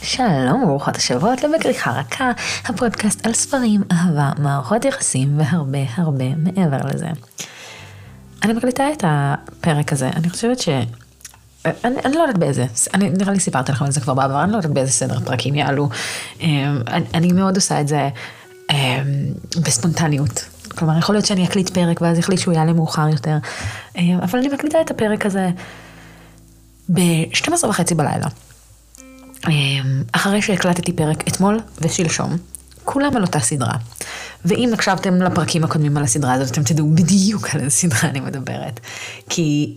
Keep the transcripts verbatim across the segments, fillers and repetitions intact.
שלום, ברוכות השבועות לבקריחה רכה, הפודקאסט על ספרים, אהבה, מערכות יחסים והרבה הרבה מעבר לזה. אני מקליטה את הפרק הזה, אני חושבת ש... אני, אני לא יודעת באיזה, אני נראה לי סיפרתי לכם על זה כבר בעבר, אני לא יודעת באיזה סדר פרקים יעלו. אני, אני מאוד עושה את זה בספונטניות. כלומר, יכול להיות שאני אקליט פרק ואז יחליט שהוא יעלה מאוחר יותר. אבל אני מקליטה את הפרק הזה ב-שתים עשרה וחצי בלילה. אחרי שהקלטתי פרק אתמול ושלשום, כולם על אותה סדרה. ואם הקשבתם לפרקים הקודמים על הסדרה הזאת, אתם תדעו בדיוק על איזה סדרה אני מדברת. כי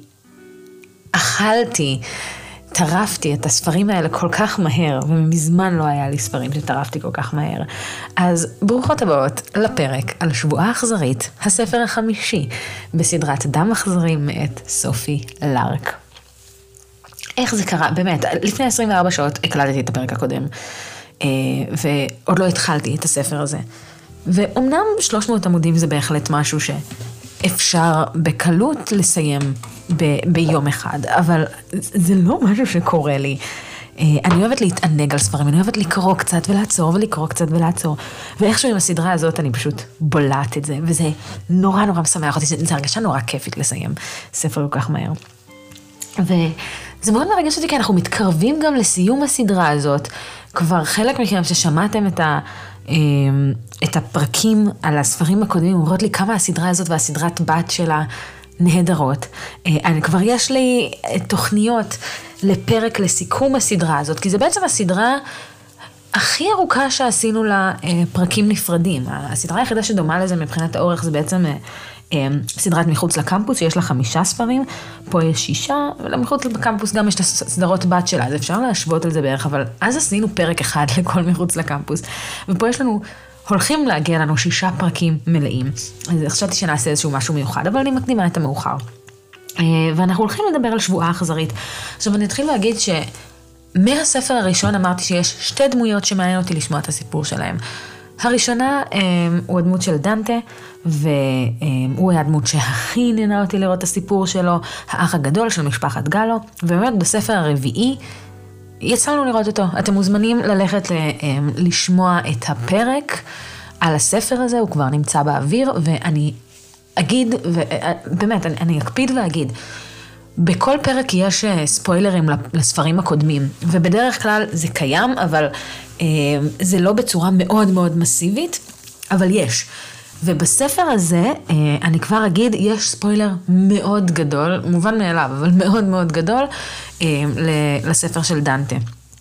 אכלתי, טרפתי את הספרים האלה כל כך מהר, ומזמן לא היה לי ספרים שטרפתי כל כך מהר. אז ברוכות הבאות לפרק על שבועה אכזרית, הספר החמישי, בסדרת דם אכזרי מאת סופי לארק. איך זה קרה? באמת, לפני עשרים וארבע שעות הקלטתי את הפרק הקודם, ועוד לא התחלתי את הספר הזה. ואומנם שלוש מאות עמודים זה בהחלט משהו שאפשר בקלות לסיים ב- ביום אחד, אבל זה לא משהו שקורה לי. אני אוהבת להתענג על ספרים, אני אוהבת לקרוא קצת ולעצור ולקרוא קצת ולעצור. ואיכשהו עם הסדרה הזאת אני פשוט בולעת את זה, וזה נורא נורא משמח אותי, זה הרגשה נורא כיפית לסיים ספר כל כך מהר. וזה מאוד מרגש אותי כי אנחנו מתקרבים גם לסיום הסדרה הזאת. כבר חלק מכם ששמעתם את, ה, את הפרקים על הספרים הקודמים, אומרות לי כמה הסדרה הזאת והסדרת בת שלה נהדרות. אני, כבר יש לי תוכניות לפרק לסיכום הסדרה הזאת, כי זה בעצם הסדרה הכי ארוכה שעשינו לה פרקים נפרדים. הסדרה היחידה שדומה לזה מבחינת האורך זה בעצם סדרת מחוץ לקמפוס, שיש לה חמישה ספרים, פה יש שישה, ולמחוץ לקמפוס גם יש את הסדרות בת שלה, אז אפשר להשוות על זה בערך, אבל אז עשינו פרק אחד לכל מחוץ לקמפוס, ופה יש לנו, הולכים להגיע לנו שישה פרקים מלאים, אז חשבתי שנעשה איזשהו משהו מיוחד, אבל אני מקדימה את המאוחר. ואנחנו הולכים לדבר על שבועה אכזרית. עכשיו אני אתחיל להגיד שמהספר הראשון אמרתי שיש שתי דמויות שמעניין אותי לשמוע את הסיפור שלהם. הראשונה הוא הדמות של דנטה, והוא היה הדמות שהכי עניינה אותי לראות את הסיפור שלו, האח הגדול של משפחת גלו, ובאמת בספר הרביעי יצאנו לראות אותו. אתם מוזמנים ללכת לשמוע את הפרק על הספר הזה, הוא כבר נמצא באוויר, ואני אגיד, ובאמת אני, אני אקפיד ואגיד, בכל פרק יש ספוילרים לספרים הקודמים, ובדרך כלל זה קיים, אבל זה לא בצורה מאוד מאוד מסיבית, אבל יש. ובספר הזה, אני כבר אגיד, יש ספוילר מאוד גדול, מובן מאליו, אבל מאוד מאוד גדול, לספר של דנטה,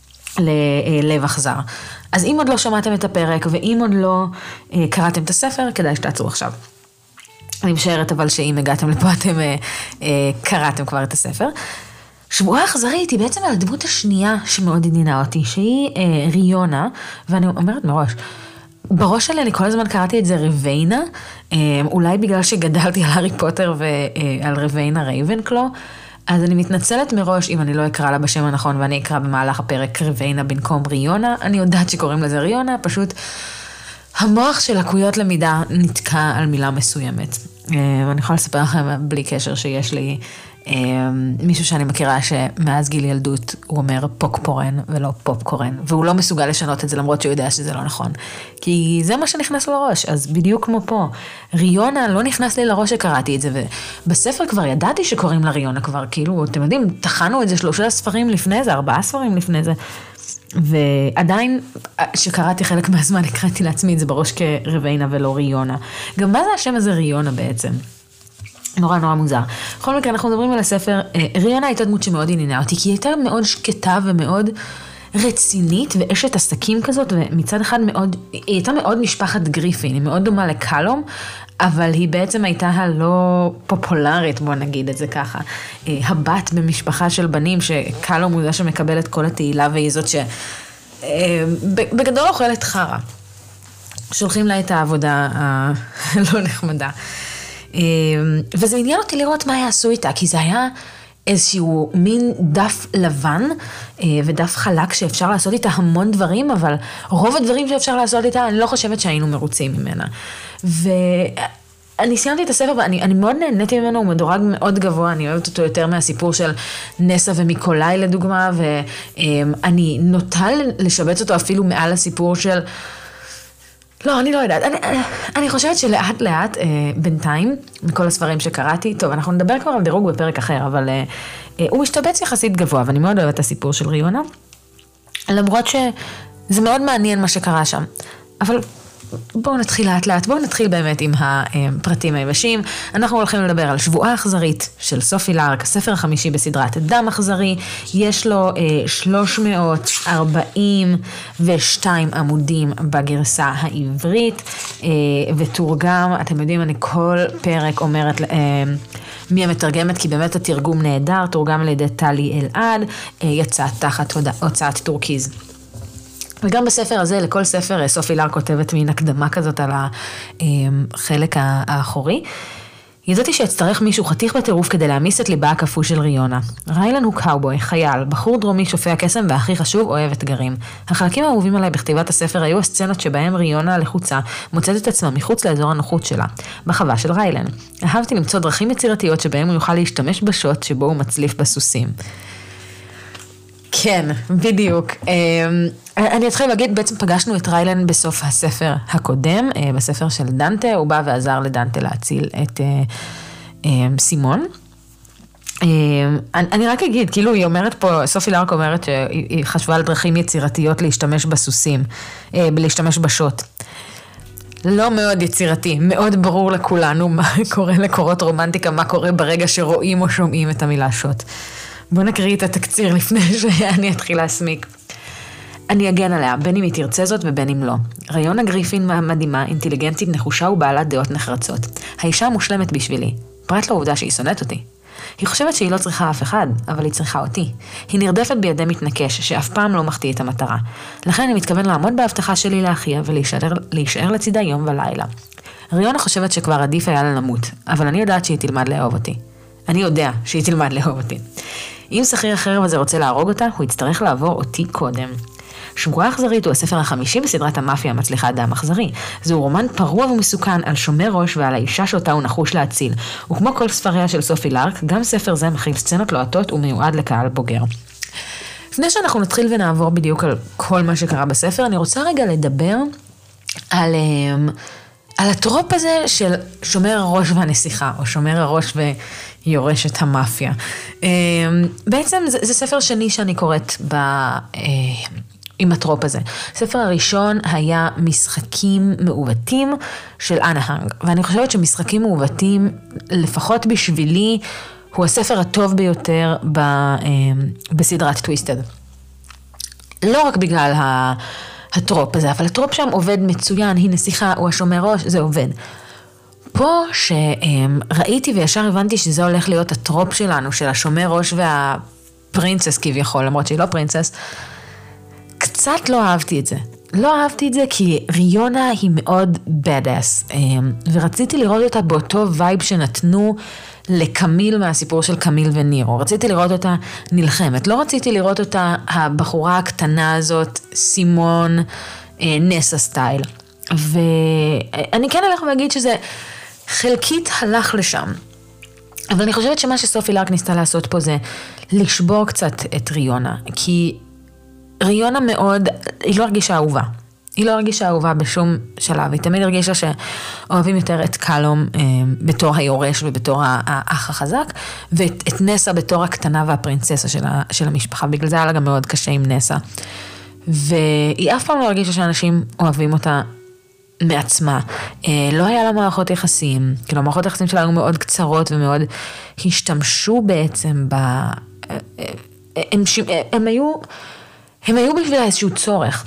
ללב אכזר. אז אם עוד לא שמעתם את הפרק, ואם עוד לא קראתם את הספר, כדאי שתעצרו עכשיו. אני משערת אבל שאם הגעתם לפה, אתם קראתם כבר את הספר. שבועה אכזרית היא בעצם על הדמות השנייה שמאוד עניינה אותי, שהיא ריונה, ואני אומרת מראש, בראש שלי אני כל הזמן קראתי את זה רוויינה, אולי בגלל שגדלתי על הארי פוטר ועל רוויינה רייבנקלו, אז אני מתנצלת מראש אם אני לא אקרא לה בשם הנכון, ואני אקרא במהלך הפרק רוויינה במקום ריונה, אני יודעת שקוראים לזה ריונה, פשוט המוח של לקויות למידה נתקע על מילה מסוימת. ואני יכולה לספר לכם בלי קשר שיש לי מישהו שאני מכירה שמאז גיל ילדות הוא אומר פוקפורן ולא פופקורן, והוא לא מסוגל לשנות את זה למרות שהוא יודע שזה לא נכון, כי זה מה שנכנס לו לראש. אז בדיוק כמו פה, ריונה לא נכנס לי לראש שקראתי את זה, ובספר כבר ידעתי שקוראים לה ריונה כבר, כאילו אתם יודעים, תחנו את זה שלושה ספרים לפני זה, ארבעה ספרים לפני זה, ועדיין שקראתי חלק מהזמן הקראתי לעצמי את זה בראש כרוויינה ולא ריונה. גם מה זה השם הזה ריונה בעצם? נורא נורא מוזר. בכל מקרה אנחנו מדברים על הספר, ריונה הייתה דמות שמאוד עניינה אותי, כי היא הייתה מאוד שקטה ומאוד רצינית ואשת עסקים כזאת, ומצד אחד מאוד, היא הייתה מאוד משפחת גריפין, היא מאוד דומה לקלום, אבל היא בעצם הייתה הלא פופולרית, בוא נגיד את זה ככה. הבת במשפחה של בנים, שקלום הוא זה שמקבל את כל התהילה, והיא זאת שבגדול אוכלת חרה. שולחים לה את העבודה הלא נחמדה. וזה עניין אותי לראות מה יעשו איתה, כי זה היה איזשהו מין דף לבן ודף חלק שאפשר לעשות איתה המון דברים, אבל רוב הדברים שאפשר לעשות איתה, אני לא חושבת שהיינו מרוצים ממנה. אני סיימתי את הספר ואני אני מאוד נהניתי ממנו, הוא מדורג מאוד גבוה, אני אוהבת אותו יותר מהסיפור של נסה ומיקולאי לדוגמה, ואני נוטה לשבץ אותו אפילו מעל הסיפור של, לא, אני לא יודעת, אני, אני, אני חושבת שלאט לאט, אה, בינתיים, מכל הספרים שקראתי, טוב, אנחנו נדבר כבר על דירוג בפרק אחר, אבל אה, אה, הוא משתבץ יחסית גבוה, ואני מאוד אוהבת את הסיפור של ריונה, למרות שזה מאוד מעניין מה שקרה שם, אבל בואו נתחיל לאט לאט, בואו נתחיל באמת עם הפרטים היבשים. אנחנו הולכים לדבר על שבועה אכזרית של סופי לארק, הספר החמישי בסדרת דם אכזרי, יש לו אה, שלוש מאות ארבעים ושתיים עמודים בגרסה העברית, אה, ותורגם, אתם יודעים, אני כל פרק אומרת אה, מי המתרגמת, כי באמת התרגום נהדר, תורגם על ידי טלי אלעד, אה, יצא תחת הוצאת טורקיז. וגם בספר הזה, לכל ספר, סופי לארק כותבת מין הקדמה כזאת על החלק האחורי. ידעתי שאצטרך מישהו חתיך בטירוף כדי להמיס את ליבה הכפוי של ריונה. ריילן הוא קאובוי, חייל, בחור דרומי שופע קסם והכי חשוב, אוהב אתגרים. החלקים האהובים עליי בכתיבת הספר היו הסצנות שבהם ריונה הלחוצה מוצאת את עצמה מחוץ לאזור הנוחות שלה, בחווה של ריילן. אהבתי למצוא דרכים יצירתיות שבהם הוא יוכל להשתמש בשוט שבו הוא מצליף בסוסים. כן, בדיוק. אני אתחיל להגיד, בעצם פגשנו את ריילן בסוף הספר הקודם, בספר של דנטה, הוא בא ועזר לדנטה להציל את סימון. אני רק אגיד, כאילו היא אומרת פה, סופי לארק אומרת שהיא חשבה על דרכים יצירתיות להשתמש בסוסים, להשתמש בשוט. לא מאוד יצירתי, מאוד ברור לכולנו מה קורה לקורות רומנטיקה, מה קורה ברגע שרואים או שומעים את המילה שוט. בוא נקריא את התקציר לפני שאני אתחיל להסמיק. אני אגן עליה, בין אם היא תרצה זאת ובין אם לא. ריונה גריפין מדהימה, אינטליגנטית, נחושה ובעלת דעות נחרצות. האישה המושלמת בשבילי, פרט לעובדה שהיא שונאת אותי. היא חושבת שהיא לא צריכה אף אחד, אבל היא צריכה אותי. היא נרדפת בידי מתנקש, שאף פעם לא מחטיא את המטרה. לכן אני מתכוון לעמוד בהבטחה שלי לאחיה ולהישאר לצידה יום ולילה. ריונה חושבת שכבר עדיף היה לה למות, אבל אני יודעת שהיא תלמד לאהוב אותי. אני יודע שהיא תלמד לאהוב אותי. אם שכיר החרב הזה רוצה להרוג אותה, הוא יצטרך לעבור אותי קודם. שבועה אכזרית הוא הספר החמישי בסדרת המאפיה המצליחה דם אכזרי. זהו רומן פרוע ומסוכן על שומר ראש ועל האישה שאותה הוא נחוש להציל. וכמו כל ספריה של סופי לארק, גם ספר זה מכיל סצנות לוהטות ומיועד לקהל בוגר. לפני שאנחנו נתחיל ונעבור בדיוק על כל מה שקרה בספר, אני רוצה רגע לדבר על... על הטרופ הזה של שומר הראש והנסיכה, או שומר הראש ויורש את המאפיה. בעצם זה, זה ספר שני שאני קוראת ב, עם הטרופ הזה. הספר הראשון היה משחקים מעוותים של אנה האנג, ואני חושבת שמשחקים מעוותים, לפחות בשבילי, הוא הספר הטוב ביותר ב, בסדרת טוויסטד. לא רק בגלל ה... הטרופ הזה, אבל הטרופ שם עובד מצוין, היא נסיכה, הוא השומר ראש, זה עובד. פה שראיתי וישר הבנתי שזה הולך להיות הטרופ שלנו, של השומר ראש והפרינסס כביכול, למרות שהיא לא פרינסס, קצת לא אהבתי את זה. לא אהבתי את זה כי ריונה היא מאוד badass, ורציתי לראות אותה באותו וייב שנתנו לקמיל מהסיפור של קמיל ונירו. רציתי לראות אותה נלחמת, לא רציתי לראות אותה הבחורה הקטנה הזאת, סימון נסה סטייל. ואני כן הולך להגיד שזה חלקית הלך לשם. אבל אני חושבת שמה שסופי לארק ניסתה לעשות פה זה לשבור קצת את ריונה, כי ריונה מאוד, היא לא הרגישה אהובה. היא לא הרגישה אהובה בשום שלב, היא תמיד הרגישה שאוהבים יותר את קלום אה, בתור היורש ובתור האח החזק, ואת את נסה בתור הקטנה והפרינססה של, ה, של המשפחה, בגלל זה היה לה גם מאוד קשה עם נסה. והיא אף פעם לא הרגישה שאנשים אוהבים אותה מעצמה. אה, לא היה לה מערכות יחסים, כאילו המערכות יחסים שלה היו מאוד קצרות ומאוד השתמשו בעצם ב... אה, אה, הם, הם, הם היו... הם היו בשבילה איזשהו צורך.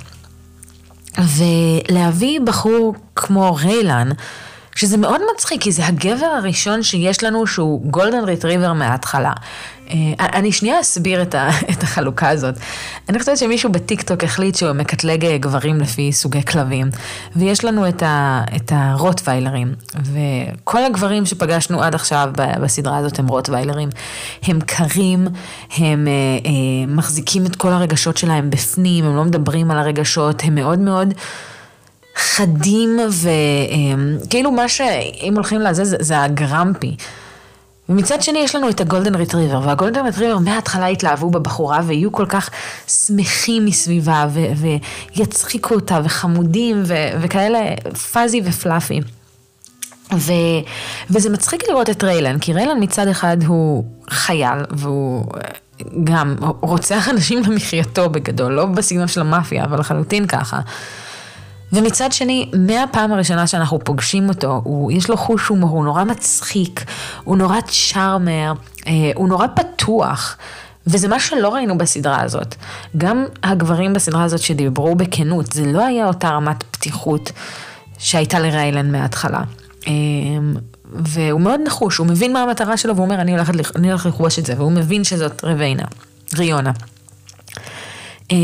ולהביא בחור כמו ריילן, שזה מאוד מצחיק, כי זה הגבר הראשון שיש לנו שהוא גולדן ריטריבר מההתחלה. אני שנייה אסביר את, ה, את החלוקה הזאת. אני חושבת שמישהו בטיקטוק החליט שהוא מקטלג גברים לפי סוגי כלבים, ויש לנו את, ה, את הרוטוויילרים, וכל הגברים שפגשנו עד עכשיו בסדרה הזאת הם רוטוויילרים. הם קרים, הם אה, אה, מחזיקים את כל הרגשות שלהם בפנים, הם לא מדברים על הרגשות, הם מאוד מאוד חדים, וכאילו מה שאם הולכים לזה, זה, זה הגרמפי. ומצד שני יש לנו את הגולדן ריטריבר, והגולדן ריטריבר מההתחלה התלהבו בבחורה, ויהיו כל כך שמחים מסביבה, ו- ויצחיקו אותה, וחמודים, ו- וכאלה פאזי ופלאפי. ו- וזה מצחיק לראות את ריילן, כי ריילן מצד אחד הוא חייל, והוא גם רוצח אנשים למחייתו בגדול, לא בסגנון של המאפיה, אבל לחלוטין ככה. ומצד שני, מהפעם הראשונה שאנחנו פוגשים אותו, הוא, יש לו חוש הומור, הוא נורא מצחיק, הוא נורא צ'ארמר, אה, הוא נורא פתוח, וזה מה שלא ראינו בסדרה הזאת. גם הגברים בסדרה הזאת שדיברו בכנות, זה לא היה אותה רמת פתיחות שהייתה לריילן מההתחלה. אה, והוא מאוד נחוש, הוא מבין מה המטרה שלו, והוא אומר, אני הולך, אני הולך לכבוש את זה, והוא מבין שזאת רווינה, ריונה. אה,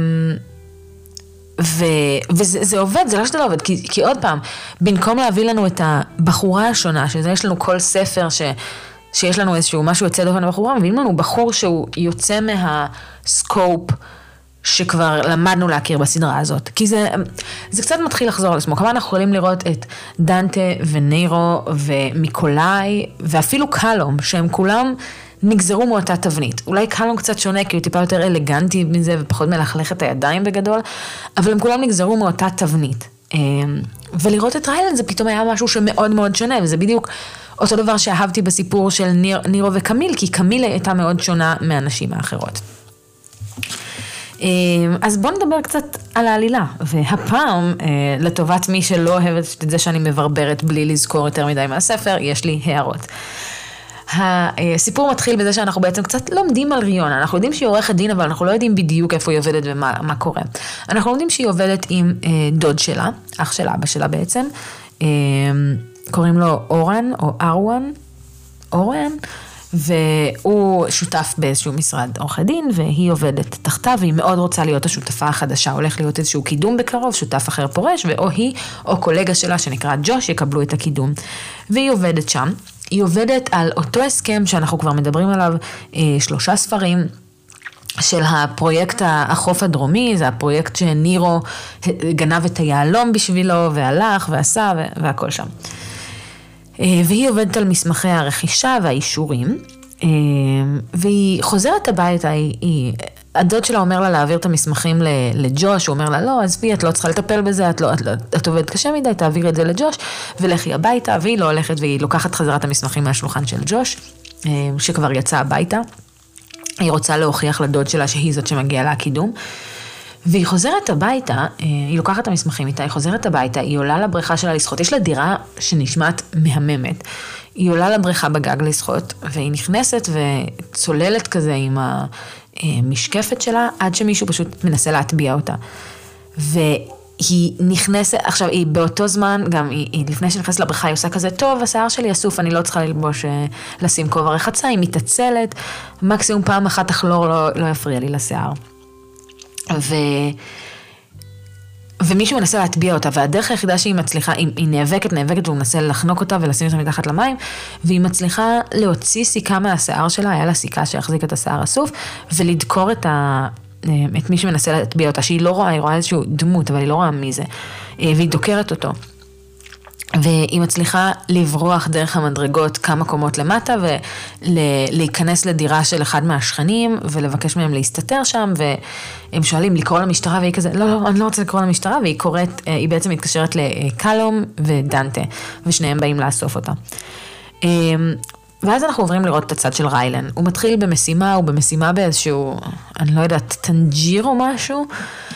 ו, וזה זה עובד, זה לא שזה לא עובד, כי, כי עוד פעם, במקום להביא לנו את הבחורה השונה, שזה יש לנו כל ספר ש, שיש לנו איזשהו משהו יוצא דופן לבחורה, מביאים לנו בחור שהוא יוצא מהסקופ שכבר למדנו להכיר בסדרה הזאת, כי זה, זה קצת מתחיל לחזור על עצמו, כמה אנחנו יכולים לראות את דנטה ונירו ומיקולאי, ואפילו קלום, שהם כולם נגזרו מאותה תבנית. אולי קלום קצת שונה, כי הוא טיפה יותר אלגנטי מזה, ופחות מלכלך את הידיים בגדול, אבל הם כולם נגזרו מאותה תבנית. ולראות את ריילן זה פתאום היה משהו שמאוד מאוד שונה, וזה בדיוק אותו דבר שאהבתי בסיפור של ניר, נירו וקמיל, כי קמיל הייתה מאוד שונה מהנשים האחרות. אז בואו נדבר קצת על העלילה, והפעם, לטובת מי שלא אוהבת את זה שאני מברברת בלי לזכור יותר מדי מהספר, יש לי הערות. הסיפור מתחיל בזה שאנחנו בעצם קצת לומדים על ריונה, אנחנו יודעים שהיא עורכת דין, אבל אנחנו לא יודעים בדיוק איפה היא עובדת ומה מה קורה. אנחנו לומדים שהיא עובדת עם דוד שלה, אח של אבא שלה בעצם, קוראים לו אורן או ארואן, אורן, והוא שותף באיזשהו משרד עורכי דין, והיא עובדת תחתיו, והיא מאוד רוצה להיות השותפה החדשה, הולך להיות איזשהו קידום בקרוב, שותף אחר פורש, ואו היא או קולגה שלה שנקרא ג'וש יקבלו את הקידום, והיא עובדת שם. היא עובדת על אותו הסכם שאנחנו כבר מדברים עליו, שלושה ספרים של הפרויקט החוף הדרומי, זה הפרויקט שנירו גנב את היעלום בשבילו, והלך ועשה והכל שם. והיא עובדת על מסמכי הרכישה והאישורים, והיא חוזרת הביתה, היא, היא, הדוד שלה אומר לה להעביר את המסמכים לג'וש, הוא אומר לה, לא, עזבי, את לא צריכה לטפל בזה, את, לא, את, את עובדת קשה מדי, תעביר את זה לג'וש, ולכי הביתה, והיא לא הולכת, והיא לוקחת חזרת המסמכים מהשולחן של ג'וש, שכבר יצא הביתה, היא רוצה להוכיח לדוד שלה שהיא זאת שמגיעה להקידום, והיא חוזרת הביתה, היא לוקחת את המסמכים איתה, היא חוזרת הביתה, היא עולה לבריכה שלה לשחות, יש לה דירה שנשמעת מהממת, היא עולה לבריכה בגג לשחות, והיא נכנסת וצוללת כזה עם המשקפת שלה, עד שמישהו פשוט מנסה להטביע אותה. והיא נכנסת, עכשיו היא באותו זמן, גם היא, היא לפני שנכנסת לבריכה, היא עושה כזה, טוב, השיער שלי אסוף, אני לא צריכה ללבוש, לשים כובע רחצה, היא מתעצלת, מקסימום פעם אחת תחלור לא, לא יפריע לי לשיער. ו... ומישהו מנסה להטביע אותה, והדרך היחידה שהיא מצליחה, היא, היא נאבקת, נאבקת, והוא מנסה לחנוק אותה ולשים אותה מתחת למים, והיא מצליחה להוציא סיכה מהשיער שלה, היה לה סיכה שהחזיק את השיער הסוף, ולדקור את, ה... את מי שמנסה להטביע אותה, שהיא לא רואה, היא רואה איזשהו דמות, אבל היא לא רואה מי זה, והיא דוקרת אותו. והיא מצליחה לברוח דרך המדרגות כמה קומות למטה, ולהיכנס לדירה של אחד מהשכנים, ולבקש מהם להסתתר שם, והם שואלים לקרוא למשטרה, והיא כזה, לא, לא, אני לא רוצה לקרוא למשטרה, והיא קוראת, היא בעצם מתקשרת לקלום ודנטה, ושניהם באים לאסוף אותה. ואז אנחנו עוברים לראות את הצד של ריילן, הוא מתחיל במשימה, הוא במשימה באיזשהו, אני לא יודעת, טנג'יר או משהו,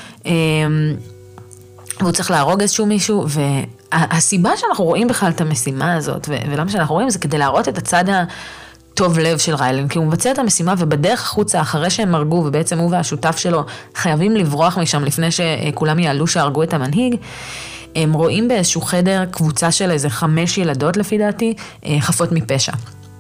והוא צריך להרוג איזשהו מישהו, והסיבה שאנחנו רואים בכלל את המשימה הזאת, ולמה שאנחנו רואים זה כדי להראות את הצד הטוב לב של ריילן, כי הוא מבצע את המשימה, ובדרך החוצה, אחרי שהם הרגו, ובעצם הוא והשותף שלו חייבים לברוח משם, לפני שכולם יעלו שהרגו את המנהיג, הם רואים באיזשהו חדר קבוצה של איזה חמש ילדות לפי דעתי, חפות מפשע.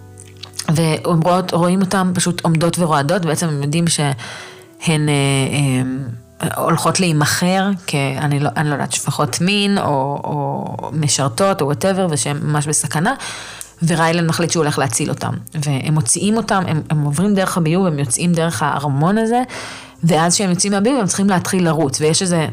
ורואים אותם פשוט עומדות ורועדות, ובעצם הם יודעים שהן הולכות להימחר, כי אני לא, אני לא יודעת, שפחות מין, או, או משרתות, או whatever, ושהם ממש בסכנה, וריילן מחליט שהוא הולך להציל אותם. והם מוציאים אותם, הם, הם עוברים דרך הביוב, הם יוצאים דרך הארמון הזה, ואז שהם יוצאים מהביוב, הם צריכים להתחיל לרוץ, ויש איזה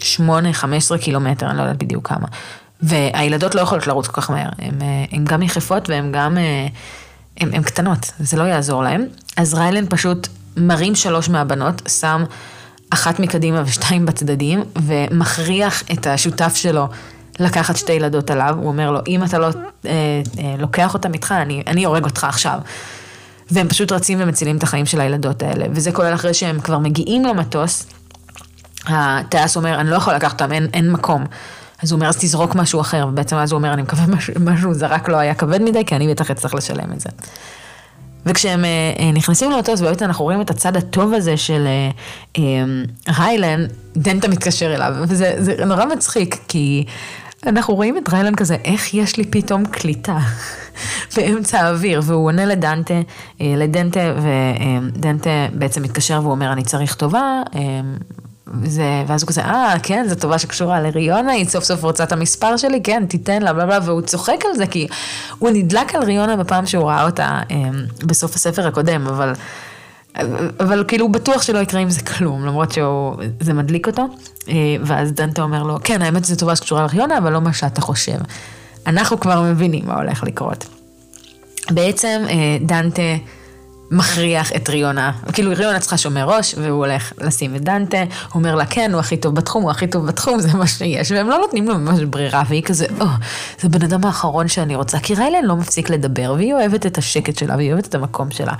שמונה, חמש עשרה קילומטר, אני לא יודעת בדיוק כמה. והילדות לא יכולות לרוץ כל כך מהר, הן גם יחפות והן גם, הן קטנות, זה לא יעזור להן. אז ריילן פשוט מרים שלוש מהבנות, שם אחת מקדימה ושתיים בצדדים, ומכריח את השותף שלו לקחת שתי ילדות עליו, הוא אומר לו, אם אתה לא אה, אה, לוקח אותם איתך, אני, אני הורג אותך עכשיו. והם פשוט רצים ומצילים את החיים של הילדות האלה, וזה כולל אחרי שהם כבר מגיעים למטוס, הטייס אומר, אני לא יכול לקחת אותם, אין, אין מקום. אז הוא אומר, אז תזרוק משהו אחר, ובעצם אז הוא אומר, אני מקווה משהו, משהו זרק לא היה כבד מדי, כי אני בטח אצטרך לשלם את זה. וכשהם נכנסים לאוטו, אז באמת אנחנו רואים את הצד הטוב הזה של ריילן, דנטה מתקשר אליו, וזה זה נורא מצחיק, כי אנחנו רואים את ריילן כזה, איך יש לי פתאום קליטה באמצע האוויר, והוא עונה לדנטה, לדנטה, ודנטה בעצם מתקשר והוא אומר, אני צריך טובה, זה, ואז הוא כזה, אה, כן, זו טובה שקשורה לריונה, היא סוף סוף רוצה את המספר שלי, כן, תיתן לה, בלה בלה, והוא צוחק על זה, כי הוא נדלק על ריונה בפעם שהוא ראה אותה בסוף הספר הקודם, אבל, אבל כאילו הוא בטוח שלא יקרה עם זה כלום, למרות שזה מדליק אותו, ואז דנטה אומר לו, כן, האמת שזו טובה שקשורה לריונה, אבל לא מה שאתה חושב. אנחנו כבר מבינים מה הולך לקרות. בעצם דנטה מכריח את ריונה, כאילו ריונה צריכה שומר ראש, והוא הולך לשים את דנטה, הוא אומר לה, כן, הוא הכי טוב בתחום, הוא הכי טוב בתחום, זה מה שיש, והם לא נותנים לו ממש ברירה, והיא כזה, או, זה בן אדם האחרון שאני רוצה, כי ריילן לא מפסיק לדבר, והיא אוהבת את השקט שלה, והיא אוהבת את המקום שלה.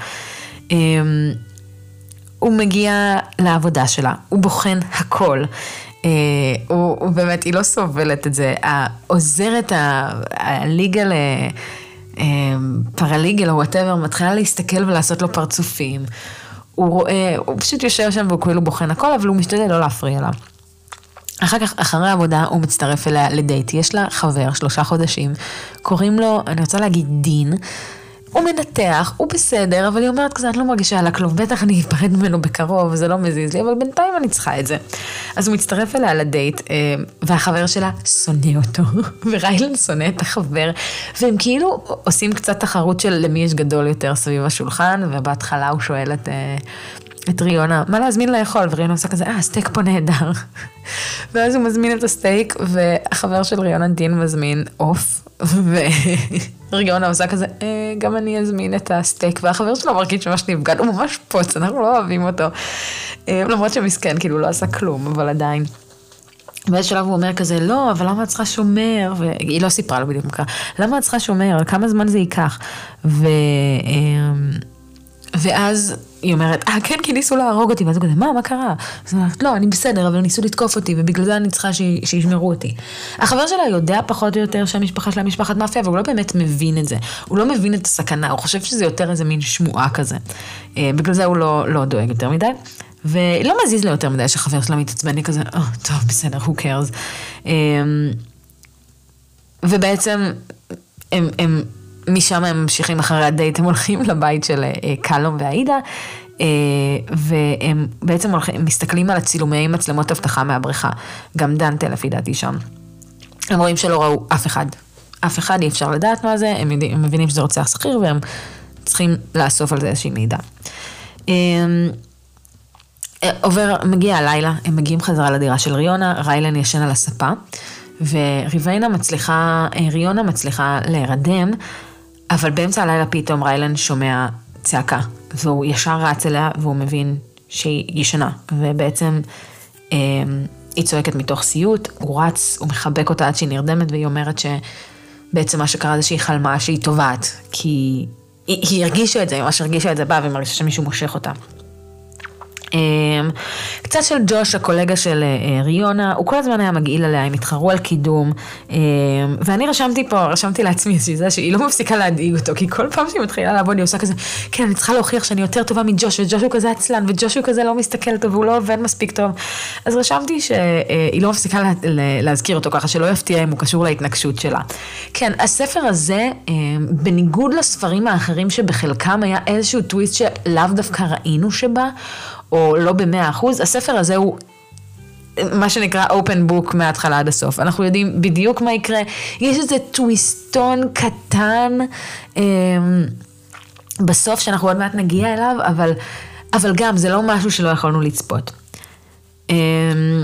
הוא מגיע לעבודה שלה, הוא בוחן הכל, הוא, הוא באמת, היא לא סובלת את זה, העוזרת הליגה ל... פרליגל או whatever, מתחילה להסתכל ולעשות לו פרצופים. הוא רואה, הוא פשוט יושב שם והוא כאילו בוחן הכל, אבל הוא משתדל לא להפריע לה. אחר כך, אחרי העבודה, הוא מצטרף אליה לדייט. יש לה חבר, שלושה חודשים, קוראים לו, אני רוצה להגיד דין, הוא מנתח, הוא בסדר, אבל היא אומרת כזה, אני לא מרגישה עלה כלום, בטח אני אפרד ממנו בקרוב, זה לא מזיז לי, אבל בינתיים אני צריכה את זה. אז הוא מצטרף אליה לדייט, והחבר שלה שונא אותו, וריילן שונא את החבר, והם כאילו עושים קצת תחרות של למי יש גדול יותר סביב השולחן, ובהתחלה הוא שואל את, את ריונה, מה להזמין לאכול? וריונה עושה כזה, אה, הסטייק פה נהדר. ואז הוא מזמין את הסטייק, והחבר של ריונה דין מזמין אוף, וריונה עושה כזה, אה, גם אני אזמין את הסטייק, והחבר שלו מרגיש ממש נפגד, הוא ממש פוץ, אנחנו לא אוהבים אותו, למרות שמסכן, כאילו לא עשה כלום, אבל עדיין. באיזה שלב הוא אומר כזה, לא, אבל למה את צריכה שומר? והיא לא סיפרה לו בדיוק מה, למה את צריכה שומר? כמה זמן זה ייקח? ו... ואז היא אומרת, אה, כן, כי ניסו להרוג אותי, ואז הוא כזה, מה, מה קרה? אז היא אומרת, לא, אני בסדר, אבל ניסו לתקוף אותי, ובגלל זה אני צריכה שישמרו אותי. החבר שלה יודע פחות או יותר שהמשפחה שלה משפחת מאפיה, אבל הוא לא באמת מבין את זה. הוא לא מבין את הסכנה, הוא חושב שזה יותר איזה מין שמועה כזה. בגלל זה הוא לא, לא דואג יותר מדי. ולא מזיז לו יותר מדי שהחבר שלה מתעצבני כזה, אה, טוב, בסדר, who cares. ובעצם הם, הם משם הם ממשיכים אחרי הדייט, הם הולכים לבית של קלום והעידה, והם בעצם הולכים, מסתכלים על הצילומי מצלמות הבטחה מהבריכה, גם דנטה לפי דעתי שם. הם רואים שלא ראו אף אחד, אף אחד אי אפשר לדעת מה זה, הם, יודעים, הם מבינים שזה רוצח שכיר, והם צריכים לאסוף על זה איזושהי מידע. עובר, מגיע הלילה, הם מגיעים חזרה לדירה של ריונה, ריילן ישן על הספה, וריביינה מצליחה, ריונה מצליחה להירדם, אבל באמצע הלילה פתאום ריילן שומע צעקה, והוא ישר רץ אליה, והוא מבין שהיא ישנה, ובעצם אה, היא צועקת מתוך סיוט, הוא רץ, הוא מחבק אותה עד שהיא נרדמת, והיא אומרת שבעצם מה שקרה זה שהיא חלמה שהיא טובעת, כי היא, היא הרגישה את זה, היא ממש הרגישה את זה בה, והיא מרגישה שמישהו מושך אותה. קצת של ג'וש, הקולגה של ריונה, הוא כל הזמן היה מגעיל עליה, הם התחרו על קידום, ואני רשמתי פה, רשמתי לעצמי שזה שהיא לא מפסיקה להדאיג אותו, כי כל פעם שהיא מתחילה לעבוד, היא עושה כזה, כן, אני צריכה להוכיח שאני יותר טובה מג'וש, וג'וש הוא כזה עצלן, וג'וש הוא כזה לא מסתכל טוב, והוא לא עובד מספיק טוב, אז רשמתי שהיא לא מפסיקה להזכיר אותו ככה, שלא יפתיע אם הוא קשור להתנגשות שלה. כן, הספר הזה, בניגוד לספרים האחרים שבחלקם היה איזשהו טוויסט שלאו דווקא ראינו שבה, או לא במאה אחוז, הספר הזה הוא מה שנקרא open book מההתחלה עד הסוף. אנחנו יודעים בדיוק מה יקרה. יש איזה טוויסטון קטן אה, בסוף שאנחנו עוד מעט נגיע אליו, אבל, אבל גם זה לא משהו שלא יכולנו לצפות. אה,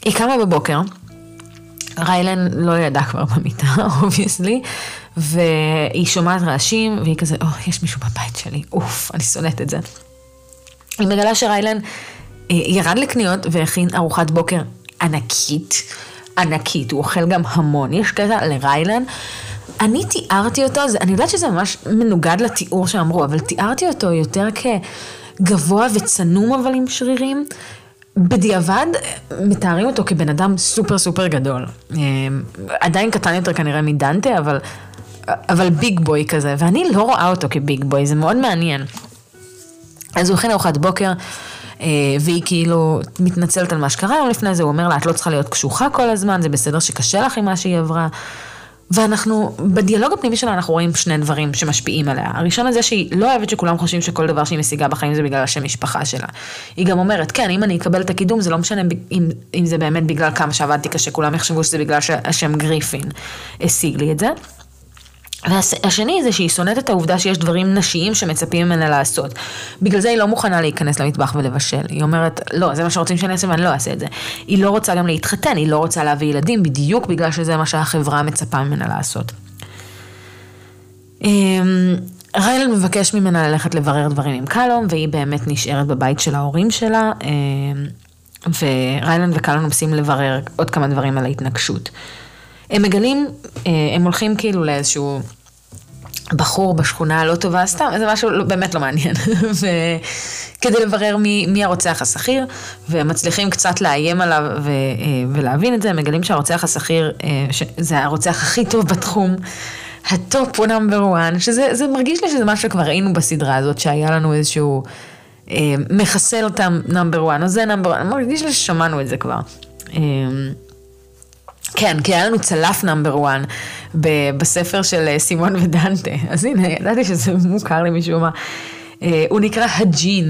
היא קמה בבוקר, ריילן לא ידע כבר במיטה, obviously, והיא שומעת רעשים, והיא כזה, או, יש מישהו בבית שלי, אוף, אני שונאת את זה. היא מגלה שריילן ירד לקניות והכין ארוחת בוקר ענקית, ענקית, הוא אוכל גם המון, יש קטע לריילן, אני תיארתי אותו, זה, אני יודעת שזה ממש מנוגד לתיאור שאמרו, אבל תיארתי אותו יותר כגבוה וצנום אבל עם שרירים, בדיעבד מתארים אותו כבן אדם סופר סופר גדול, עדיין קטן יותר כנראה מדנטה, אבל, אבל ביג בוי כזה, ואני לא רואה אותו כביג בוי, זה מאוד מעניין. אז הוא הכין ארוחת בוקר, והיא כאילו מתנצלת על מה שקרה, יום לפני זה הוא אומר לה, את לא צריכה להיות קשוחה כל הזמן, זה בסדר שקשה לך עם מה שהיא עברה, ואנחנו, בדיאלוג הפנימי שלה אנחנו רואים שני דברים שמשפיעים עליה. הראשון הזה שהיא לא אוהבת שכולם חושבים שכל דבר שהיא משיגה בחיים זה בגלל השם משפחה שלה. היא גם אומרת, כן, אם אני אקבל את הקידום, זה לא משנה אם, אם זה באמת בגלל כמה שעבדתי קשה, כולם יחשבו שזה בגלל שהשם גריפין השיג לי את זה. והשני זה שהיא שונאת את העובדה שיש דברים נשיים שמצפים ממנה לעשות. בגלל זה היא לא מוכנה להיכנס למטבח ולבשל. היא אומרת, לא, זה מה שרוצים שאני אעשה ואני לא אעשה את זה. היא לא רוצה גם להתחתן, היא לא רוצה להביא ילדים, בדיוק בגלל שזה מה שהחברה מצפה ממנה לעשות. ריילן מבקש ממנה ללכת לברר דברים עם קלום, והיא באמת נשארת בבית של ההורים שלה, וריילן וקלום נוסעים לברר עוד כמה דברים על ההתנגשות. הם מגלים, הם הולכים כאילו לאיזשהו בחור בשכונה הלא טובה, סתם, זה משהו באמת לא מעניין, וכדי לברר מי, מי הרוצח השכיר, ומצליחים קצת לאיים עליו ו, ולהבין את זה, הם מגלים שהרוצח השכיר, זה הרוצח הכי טוב בתחום, הטופ הוא נאמבר וואן, שזה זה מרגיש לי שזה מה שכבר ראינו בסדרה הזאת, שהיה לנו איזשהו מחסל אותם נאמבר וואן, או זה נאמבר וואן, מרגיש לי ששמענו את זה כבר. כן, כי היה לנו צלף נאמבר וואן בספר של סימון ודנטה. אז הנה, ידעתי שזה מוכר לי משהו מה. הוא נקרא הג'ין.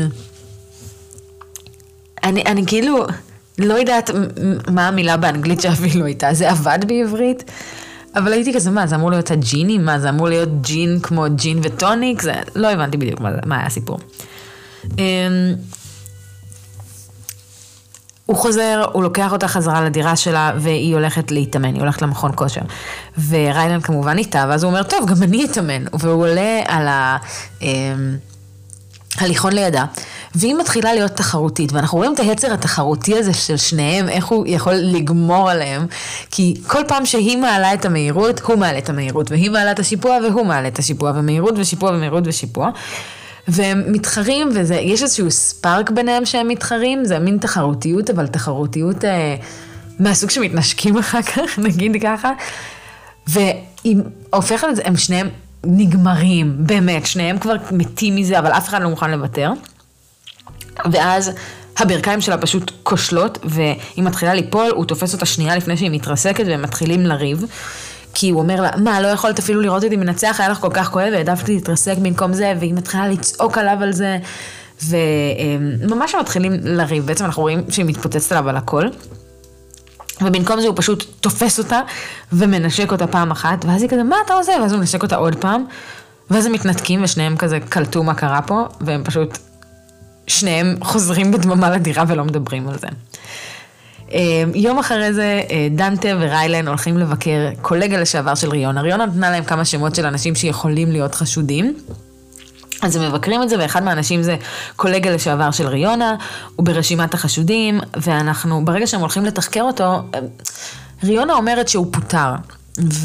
אני, אני כאילו לא יודעת מה המילה באנגלית שאפילו הייתה. זה עבד בעברית, אבל הייתי כזה, מה, זה אמור להיות הג'יני? מה, זה אמור להיות ג'ין כמו ג'ין וטוניק? זה, לא הבנתי בדיוק מה, מה היה הסיפור. הוא חוזר, הוא לוקח אותה חזרה לדירה שלה, והיא הולכת להתאמן, היא הולכת למכון כושר. וריילן כמובן איתה, ואז הוא אומר, טוב, גם אני אתאמן. והוא עולה על ההליכון לידה, והיא מתחילה להיות תחרותית, ואנחנו רואים את היצר התחרותי הזה של שניהם, איך הוא יכול לגמור עליהם, כי כל פעם שהיא מעלה את המהירות, הוא מעלה את המהירות, והיא מעלה את השיפוע, והוא מעלה את השיפוע, ומהירות ושיפוע ומהירות ושיפוע. והם מתחרים, ויש איזשהו ספארק ביניהם שהם מתחרים, זה מין תחרותיות, אבל תחרותיות אה, מהסוג שמתנשקים אחר כך, נגיד ככה, והיא הופכת את זה, הם שניהם נגמרים, באמת, שניהם כבר מתים מזה, אבל אף אחד לא מוכן לוותר, ואז הברכיים שלה פשוט כושלות, והיא מתחילה ליפול, הוא תופס אותה שנייה לפני שהיא מתרסקת, והם מתחילים לריב, כי הוא אומר לה, מה, לא יכולת אפילו לראות אותי מנצח, היה לך כל כך כואב, והעדפתי להתרסק במקום זה, והיא מתחילה לצעוק עליו על זה, וממש מתחילים לריב, בעצם אנחנו רואים שהיא מתפוצצת עליו על הכל, ובמקום זה הוא פשוט תופס אותה, ומנשק אותה פעם אחת, ואז היא כזה, מה אתה עושה? ואז הוא מנשק אותה עוד פעם, ואז הם מתנתקים, ושניהם כזה קלטו מה קרה פה, והם פשוט, שניהם חוזרים בדממה לדירה ולא מדברים על זה. יום אחרי זה, דנטה וריילן הולכים לבקר קולגה לשעבר של ריונה. ריונה נתנה להם כמה שמות של אנשים שיכולים להיות חשודים. אז הם מבקרים את זה, ואחד מהאנשים זה קולגה לשעבר של ריונה, הוא ברשימת החשודים, ואנחנו, ברגע שהם הולכים לתחקר אותו, ריונה אומרת שהוא פוטר, ו...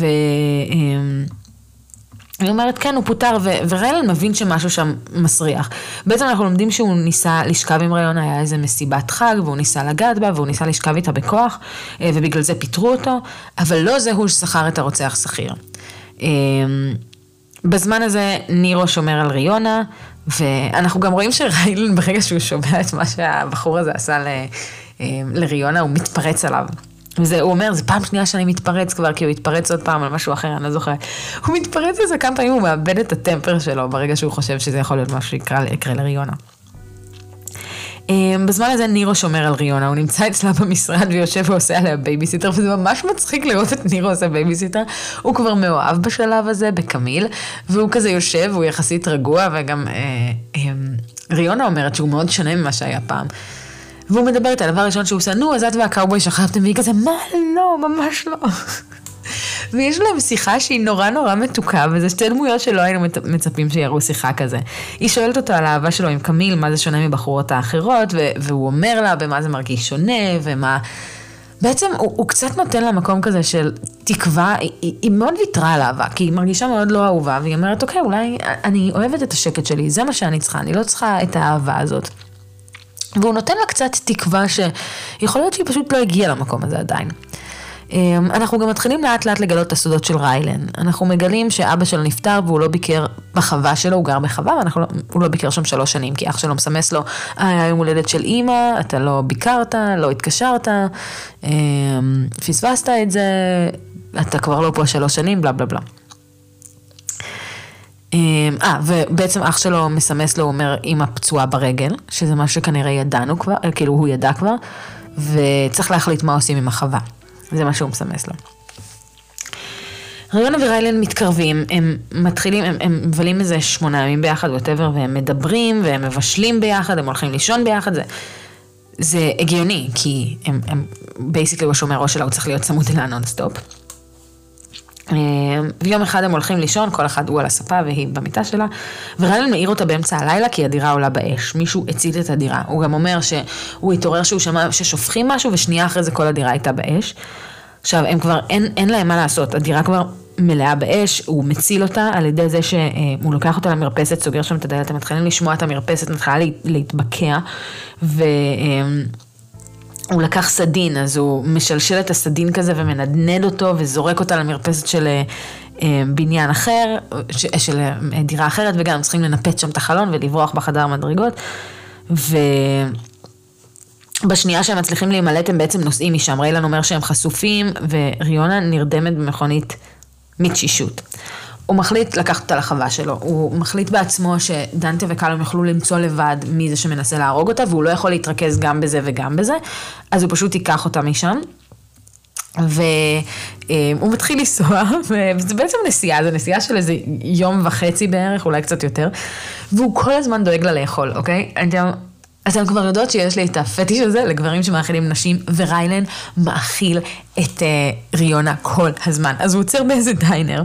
היא אומרת, כן, הוא פוטר, ו- וריילן מבין שמשהו שם מסריח. בעצם אנחנו לומדים שהוא ניסה לשכב עם ריונה, היה איזה מסיבת חג, והוא ניסה לגעת בה, והוא ניסה לשכב איתה בכוח, ובגלל זה פיטרו אותו, אבל לא זה הוא ששכר את הרוצח שכיר. בזמן הזה נירו שומר על ריונה, ואנחנו גם רואים שריילן ברגע שהוא שומע את מה שהבחור הזה עשה ל- לריונה, הוא מתפרץ עליו. וזה, הוא אומר, זה פעם שנייה שאני מתפרץ כבר, כי הוא התפרץ עוד פעם על משהו אחר, אני לא זוכר. הוא מתפרץ לזה כמה פעמים, הוא מאבד את הטמפר שלו, ברגע שהוא חושב שזה יכול להיות משהו שיקרה לריונה. בזמן הזה נירו שומר על ריונה, הוא נמצא אצלה במשרד ויושב ועושה עליה בייביסיטר, וזה ממש מצחיק לראות את נירו עושה בייביסיטר, הוא כבר מאוהב בשלב הזה, בקמיל, והוא כזה יושב, הוא יחסית רגוע, וגם אה, אה, ריונה אומרת שהוא מאוד שונה ממה שהיה פעם. והוא מדבר את הדבר הראשון שהוא עושה, נו, אז את והקאובוי שכבתם, והיא כזה, מה? לא, ממש לא. ויש להם שיחה שהיא נורא נורא מתוקה, וזה שתי דמויות שלא היינו מצפים שיראו שיחה כזה. היא שואלת אותו על האהבה שלו עם קמיל, מה זה שונה מבחורות האחרות, והוא אומר לה במה זה מרגיש שונה, ומה... בעצם הוא, הוא קצת נותן לה מקום כזה של תקווה, היא, היא מאוד ויתרה על אהבה, כי היא מרגישה מאוד לא אהובה, והיא אומרת, אוקיי, אולי אני אוהבת את השקט שלי, זה מה שאני צריכה, אני לא צריכה את האהבה הזאת. והוא נותן לה קצת תקווה שיכול להיות שהיא פשוט לא הגיעה למקום הזה עדיין. אנחנו גם מתחילים לאט לאט לגלות את הסודות של ריילן. אנחנו מגלים שאבא שלו נפטר והוא לא ביקר בחווה שלו, הוא גר בחווה, והוא לא ביקר שם שלוש שנים, כי אח שלו מסמס לו, היה יום הולדת של אמא, אתה לא ביקרת, לא התקשרת, פספסת את זה, אתה כבר לא פה שלוש שנים, בלה בלה בלה. אה, ובעצם אח שלו מסמס לו, הוא אומר, אמא פצועה ברגל, שזה מה שכנראה ידענו כבר, כאילו הוא ידע כבר, וצריך להחליט מה עושים עם החווה. זה מה שהוא מסמס לו. ריונה וריילן מתקרבים, הם מתחילים, הם, הם מבלים איזה שמונה ימים ביחד, whatever, והם מדברים, והם מבשלים ביחד, הם הולכים לישון ביחד, זה, זה הגיוני, כי הם, הם, basically הוא שומר ראש שלה, הוא צריך להיות צמוד אליה נונסטופ. ויום אחד הם הולכים לישון, כל אחד הוא על הספה והיא במיטה שלה, וריילן מעיר אותה באמצע הלילה כי הדירה עולה באש, מישהו הציל את הדירה, הוא גם אומר שהוא התעורר שהוא שמע ששופכים משהו ושנייה אחרי זה כל הדירה הייתה באש. עכשיו הם כבר, אין, אין להם מה לעשות, הדירה כבר מלאה באש, הוא מציל אותה על ידי זה שהוא לוקח אותה למרפסת, סוגר שם את הדלת, הם מתחילים לשמוע את המרפסת, מתחילה להתבקע, ו... הוא לקח סדין, אז הוא משלשל את הסדין כזה ומנדנד אותו וזורק אותה למרפסת של בניין אחר, של דירה אחרת, וגם צריכים לנפץ שם את החלון ולברוח בחדר מדרגות, ובשנייה שהם מצליחים להימלט הם בעצם נוסעים משם, ריילן אומר שהם חשופים, וריונה נרדמת במכונית מתשישות. הוא מחליט לקחת אותה לחווה שלו, הוא מחליט בעצמו שדנטה וקלום יוכלו למצוא לבד מי זה שמנסה להרוג אותה, והוא לא יכול להתרכז גם בזה וגם בזה, אז הוא פשוט ייקח אותה משם, והוא מתחיל לנסוע, וזה בעצם נסיעה, זה נסיעה של איזה יום וחצי בערך, אולי קצת יותר, והוא כל הזמן דואג לה לאכול, אוקיי? אתם כבר יודעות שיש לי את הפטיש הזה לגברים שמאכילים נשים, וריילן מאכיל את ריונה כל הזמן, אז הוא עוצר באיזה דיינר,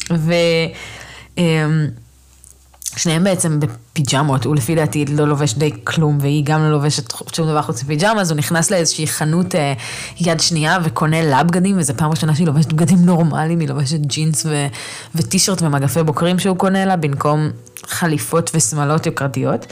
ושניהם בעצם בפיג'מות, הוא לפי דעתי לא לובש די כלום, והיא גם לא לובשת שום דבר חוץ מפיג'מה, אז הוא נכנס לאיזושהי חנות יד שנייה וקונה לה בגדים, וזה פעם ראשונה שהיא לובשת בגדים נורמליים, היא לובשת ג'ינס ו- וטישרט ומגפי בוקרים שהוא קונה לה, במקום חליפות ושמלות יוקרתיות.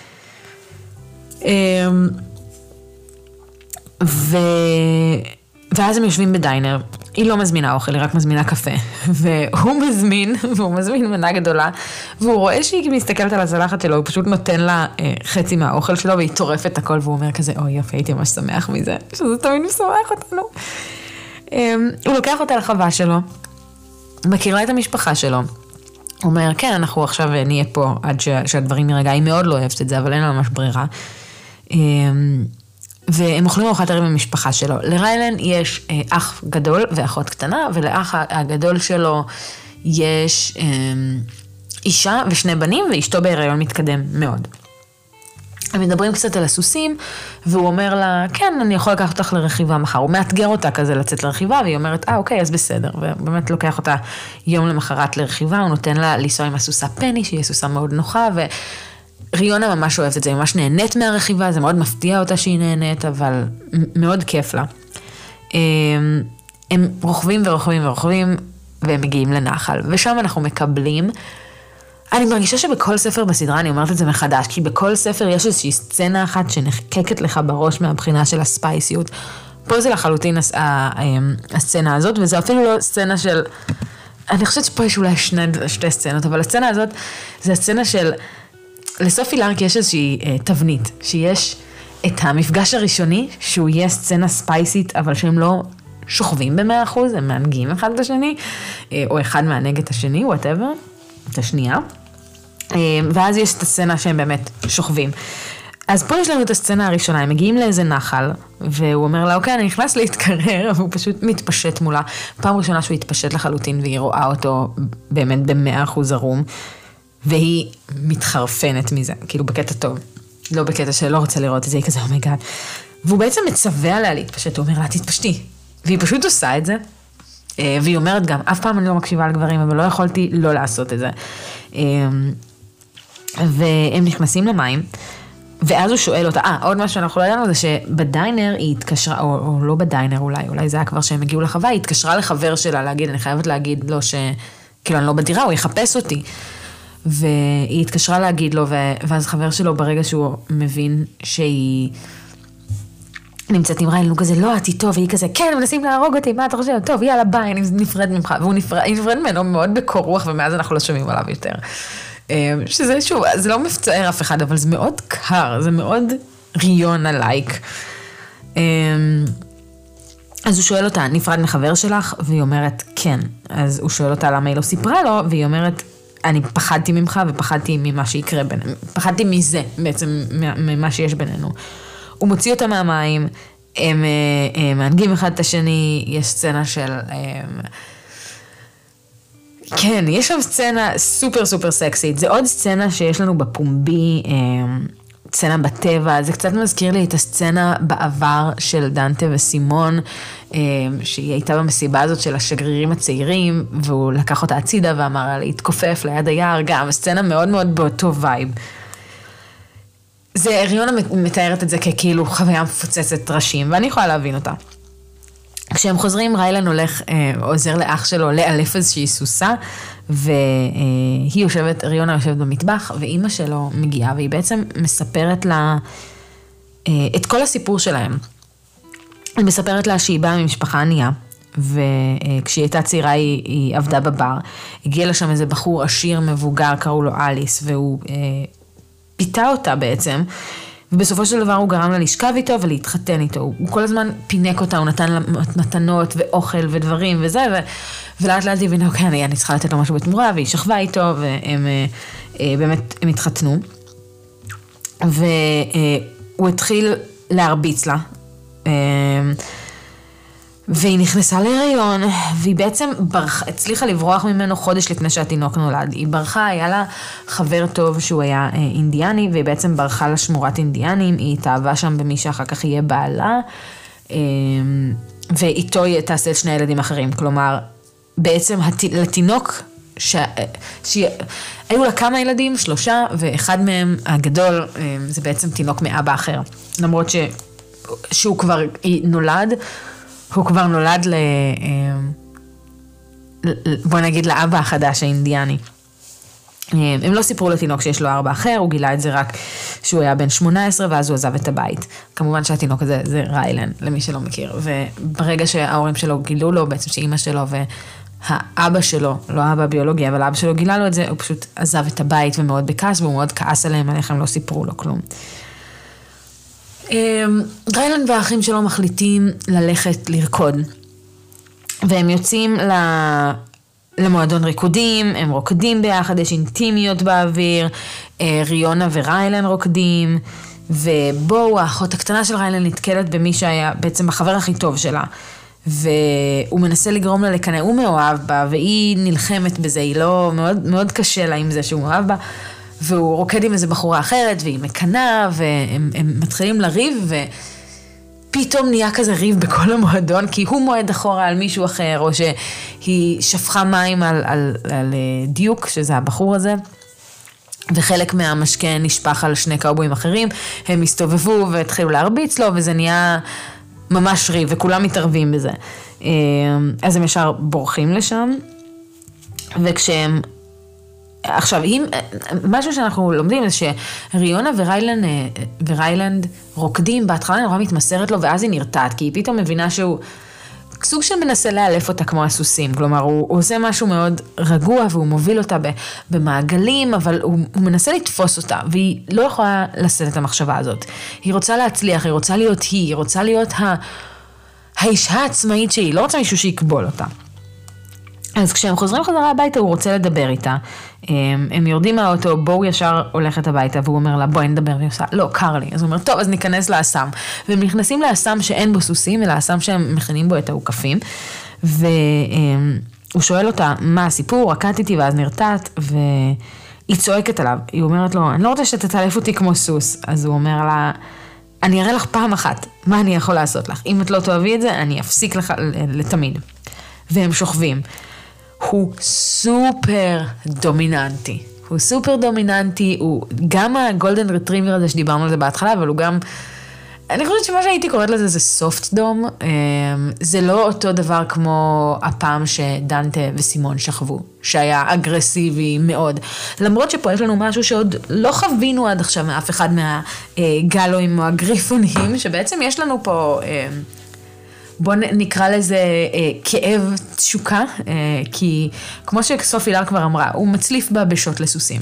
ו... ואז הם יושבים בדיינר, היא לא מזמינה אוכל, היא רק מזמינה קפה, והוא מזמין, והוא מזמין מנה גדולה, והוא רואה שהיא מסתכלת על הצלחת שלו, הוא פשוט נותן לה אה, חצי מהאוכל שלו, והיא טורפת הכל, והוא אומר כזה, אוי יופי, הייתי ממש שמח מזה, שזה תמיד משמח אותנו. אה, הוא לוקח אותה לחווה שלו, מכירה את המשפחה שלו, הוא אומר, כן, אנחנו עכשיו נהיה פה עד ש... שהדברים ירגע, היא מאוד לא אוהבת את זה, אבל אין לה ממש ברירה. אה, והם אוכלים ארוחת ערב במשפחה שלו. לריילן יש אה, אח גדול ואחות קטנה, ולאח הגדול שלו יש אה, אישה ושני בנים, ואשתו בהיריון מתקדם מאוד. הם מדברים קצת על הסוסים, והוא אומר לה, כן, אני יכול לקחת אותך לרכיבה מחר. הוא מאתגר אותה כזה לצאת לרכיבה, והיא אומרת, אה, אוקיי, אז בסדר. ובאמת לוקח אותה יום למחרת לרכיבה, הוא נותן לה לנסוע עם הסוסה פני, שהיא סוסה מאוד נוחה, ו... ריונה ממש אוהבת את זה, היא ממש נהנית מהרכיבה, זה מאוד מפתיע אותה שהיא נהנית, אבל מאוד כיף לה. הם רוכבים ורוכבים ורוכבים, והם מגיעים לנחל, ושם אנחנו מקבלים, אני מרגישה שבכל ספר בסדרה, אני אומרת את זה מחדש, כי בכל ספר יש איזושהי סצנה אחת שנחקקת לך בראש מהבחינה של הספייסיות, פה זה לחלוטין הסצנה הזאת, וזה אפילו לא סצנה של, אני חושבת שפה יש אולי שני, שתי סצנות, אבל הסצנה הזאת, זה הסצנה של, לסופי לארק יש איזושהי אה, תבנית, שיש את המפגש הראשוני, שהוא יהיה סצנה ספייסית, אבל שהם לא שוכבים במאה אחוז, הם מענגים אחד את השני, אה, או אחד מענג את השני, whatever, את השנייה, אה, ואז יש את הסצנה שהם באמת שוכבים. אז פה יש לנו את הסצנה הראשונה, הם מגיעים לאיזה נחל, והוא אומר לה, אוקיי, אני נכנס להתקרר, והוא פשוט מתפשט מולה, פעם ראשונה שהוא התפשט לחלוטין, והיא רואה אותו באמת במאה אחוז ערום, והיא מתחרפנת מזה, כאילו בקטע טוב. לא בקטע שלא רוצה לראות את זה, היא כזה, אומייגאד. והוא בעצם מצווה עליה להתפשט, הוא אומר לה, תתפשטי. והיא פשוט עושה את זה, והיא אומרת גם, אף פעם אני לא מקשיבה לגברים, אבל לא יכולתי לא לעשות את זה. והם נכנסים למים, ואז הוא שואל אותה, אה, עוד משהו אנחנו לא ידענו, זה שבדיינר היא התקשרה, או, או לא בדיינר אולי, אולי זה היה כבר שהם הגיעו לחווה, היא התקשרה לחבר שלה להגיד, אני חייבת להגיד לו ש... כאילו אני לא בדירה, הוא יחפש אותי. והיא התקשרה להגיד לו, ואז חבר שלו ברגע שהוא מבין שהיא נמצאת עם ריילן, הוא כזה, לא, את איתו, והיא כזה, כן, מנסים להרוג אותי, מה אתה חושב? טוב, יאללה, ביי, אני נפרד ממך, והוא נפרד, נפרד ממנו מאוד בקור רוח, ומאז אנחנו לא שומעים עליו יותר. שזה שוב, זה לא מפצער אף אחד, אבל זה מאוד קר, זה מאוד ריונה לייק. אז הוא שואל אותה, נפרד מחבר שלך? והיא אומרת, כן. אז הוא שואל אותה למה היא לא סיפרה לו, והיא אומרת, אני פחדתי ממך ופחדתי ממה שיקרה בינינו, פחדתי מזה בעצם, ממה שיש בינינו. הוא מוציא אותה מהמים, הם, הם מענגים אחד את השני, יש סצנה של... הם, כן, יש שם סצנה סופר סופר סקסית, זה עוד סצנה שיש לנו בפומבי, סצנה בטבע, זה קצת מזכיר לי את הסצנה בעבר של דנטה וסימון, שהיא הייתה במסיבה הזאת של השגרירים הצעירים, והוא לקח אותה הצידה ואמר לה להתכופף ליד היער, גם סצנה מאוד מאוד באותו וייב. זה, ריונה מתארת את זה ככאילו חוויה מפוצצת ראשים, ואני יכולה להבין אותה. כשהם חוזרים, ריילן הולך, אה, עוזר לאח שלו לאלף איזושהי סוסה, והיא יושבת, ריונה יושבת במטבח, ואימא שלו מגיעה, והיא בעצם מספרת לה אה, את כל הסיפור שלהם. היא מספרת לה שהיא באה ממשפחה ענייה, וכשהיא הייתה צעירה היא, היא עבדה בבר, הגיע לשם איזה בחור עשיר מבוגר, קראו לו אליס, והוא אה, פיתה אותה בעצם, ובסופו של דבר הוא גרם לה לשכב איתו ולהתחתן איתו. הוא כל הזמן פינק אותה, הוא נתן לה מתנות ואוכל ודברים וזה, ו... ולאט לאט הבינה, אוקיי, אני, אני צריכה לתת לו משהו בתמורה, והיא שכבה איתו, והם אה, באמת, הם התחתנו. והוא התחיל להרביץ לה, אה, והיא נכנסה להיריון, והיא בעצם ברח, הצליחה לברוח ממנו חודש לפני שהתינוק נולד. היא ברחה, היה לה חבר טוב שהוא היה אה, אינדיאני, והיא בעצם ברחה לשמורת אינדיאנים, היא התאהבה שם במי שאחר כך יהיה בעלה, אה, ואיתו היא תעשה את שני ילדים אחרים. כלומר, בעצם הת, לתינוק, ש, שהיו לה כמה ילדים, שלושה, ואחד מהם הגדול, אה, זה בעצם תינוק מאבא אחר. למרות ש, שהוא כבר נולד, הוא כבר נולד ל... בוא נגיד לאבא החדש האינדיאני. הם לא סיפרו לתינוק שיש לו ארבע אחר, הוא גילה את זה רק שהוא היה בן שמונה עשרה, ואז הוא עזב את הבית. כמובן שהתינוק הזה זה ריילן, למי שלא מכיר. וברגע שההורים שלו גילו לו, בעצם שאימא שלו והאבא שלו, לא האבא הביולוגי, אבל האבא שלו גילה לו את זה, הוא פשוט עזב את הבית ומאוד בכעס, והוא מאוד כעס עליהם, עליהם הם לא סיפרו לו כלום. ריילן והאחים שלו מחליטים ללכת לרקוד, והם יוצאים למועדון ריקודים, הם רוקדים ביחד, יש אינטימיות באוויר, ריונה וריילן רוקדים, ובואו, האחות הקטנה של ריילן נתקלת במי שהיה בעצם החבר הכי טוב שלה, והוא מנסה לגרום לה לקנא, הוא מאוהב בה, והיא נלחמת בזה, היא לא, מאוד, מאוד קשה לה עם זה שהוא מאוהב בה, והוא רוקד עם איזה בחורה אחרת, והיא מקנה, והם הם מתחילים לריב, ופתאום נהיה כזה ריב בכל המועדון, כי הוא מועד אחורה על מישהו אחר, או שהיא שפכה מים על, על, על דיוק, שזה הבחור הזה, וחלק מהמשקה נשפך על שני קאובויים אחרים, הם הסתובבו והתחילו להרביץ לו, וזה נהיה ממש ריב, וכולם מתערבים בזה. אז הם ישר בורחים לשם, וכשהם עכשיו, משהו שאנחנו לומדים זה שריונה וריילנד, וריילנד רוקדים, בהתחלה נורא מתמסרת לו, ואז היא נרתעת, כי היא פתאום מבינה שהוא סוג שמנסה לאלף אותה כמו הסוסים, כלומר, הוא, הוא עושה משהו מאוד רגוע, והוא מוביל אותה במעגלים, אבל הוא, הוא מנסה לתפוס אותה, והיא לא יכולה לשאת את המחשבה הזאת. היא רוצה להצליח, היא רוצה להיות היא, היא רוצה להיות ה, האישה העצמאית שהיא, לא רוצה מישהו שיקבול אותה. אז כשהם חוזרים חזרה הביתה, הוא רוצה לדבר איתה. הם, הם יורדים מהאוטו, בואו ישר הולכת הביתה, והוא אומר לה, בואי נדבר, והיא עושה, לא, קר לי. אז הוא אומר, טוב, אז ניכנס לאסם. והם נכנסים לאסם שאין בו סוסים, אלא אסם שהם מכינים בו את העוקפים. והוא שואל אותה, מה הסיפור? רקדתי ואז נרתעת, היא צועקת עליו, היא אומרת לו, אני לא רוצה שתטלף אותי כמו סוס. אז הוא אומר לה, אני אראה לך פעם אחת, מה אני יכול לעשות לך? אם את לא תאהבי את זה, אני אפסיק לך לתמיד. והם שוכבים. הוא סופר דומיננטי. הוא סופר דומיננטי, הוא גם הגולדן רטריבר הזה שדיברנו על זה בהתחלה, אבל הוא גם, אני חושבת שמה שהייתי קוראת לזה זה סופט דום, זה לא אותו דבר כמו הפעם שדנטה וסימון שכבו, שהיה אגרסיבי מאוד, למרות שפה יש לנו משהו שעוד לא חווינו עד עכשיו מאף אחד מהגלואים או הגריפונים, שבעצם יש לנו פה, בוא נקרא לזה כאב תשוקה, כי כמו שסופי לר כבר אמרה, הוא מצליף בבשות לסוסים.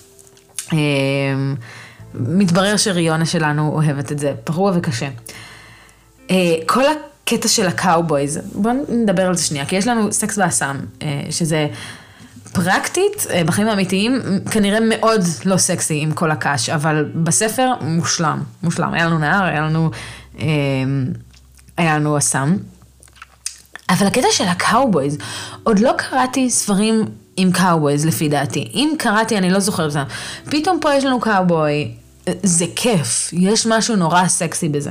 מתברר שריונה שלנו אוהבת את זה, פרוע וקשה. כל הקטע של הקאובויז, בואו נדבר על זה שנייה, כי יש לנו סקס ואסם, שזה פרקטית, בחיים האמיתיים, כנראה מאוד לא סקסי עם כל הקש, אבל בספר מושלם, מושלם. היה לנו נהר, היה לנו, היה לנו אסם. אבל הקטע של הקאובויז, עוד לא קראתי ספרים עם קאובויז לפי דעתי. אם קראתי, אני לא זוכרת אותם. פתאום פה יש לנו קאובוי, זה כיף, יש משהו נורא סקסי בזה.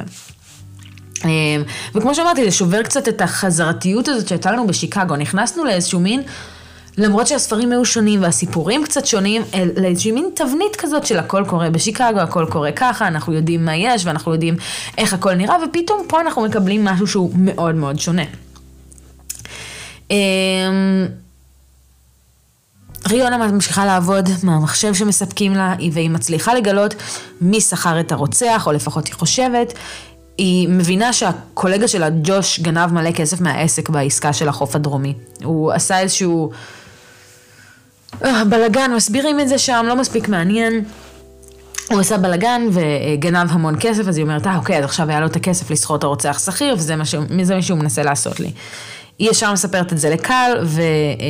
וכמו שאמרתי, זה שובר קצת את החזרתיות הזאת שהייתה לנו בשיקגו. נכנסנו לאיזשהו מין, למרות שהספרים היו שונים והסיפורים קצת שונים, לאיזשהו מין תבנית כזאת של הכל קורה בשיקגו, הכל קורה ככה, אנחנו יודעים מה יש ואנחנו יודעים איך הכל נראה, ופתאום פה אנחנו מקבלים משהו שהוא מאוד מאוד שונה. ריונה ממשיכה לעבוד מהמחשב שמספקים לה, והיא מצליחה לגלות מי שכר את הרוצח, או לפחות היא חושבת. היא מבינה שהקולגה שלה, ג'וש, גנב מלא כסף מהעסק בעסקה של החוף הדרומי. הוא עשה איזשהו בלגן, מסבירים את זה שם, לא מספיק מעניין. הוא עשה בלגן וגנב המון כסף, אז היא אומרת, אה, אוקיי, אז עכשיו היה לו את הכסף לסחור את הרוצח שכיר, וזה מה שהוא, מה שהוא מנסה לעשות לי. היא ישר מספרת את זה לקל, ו...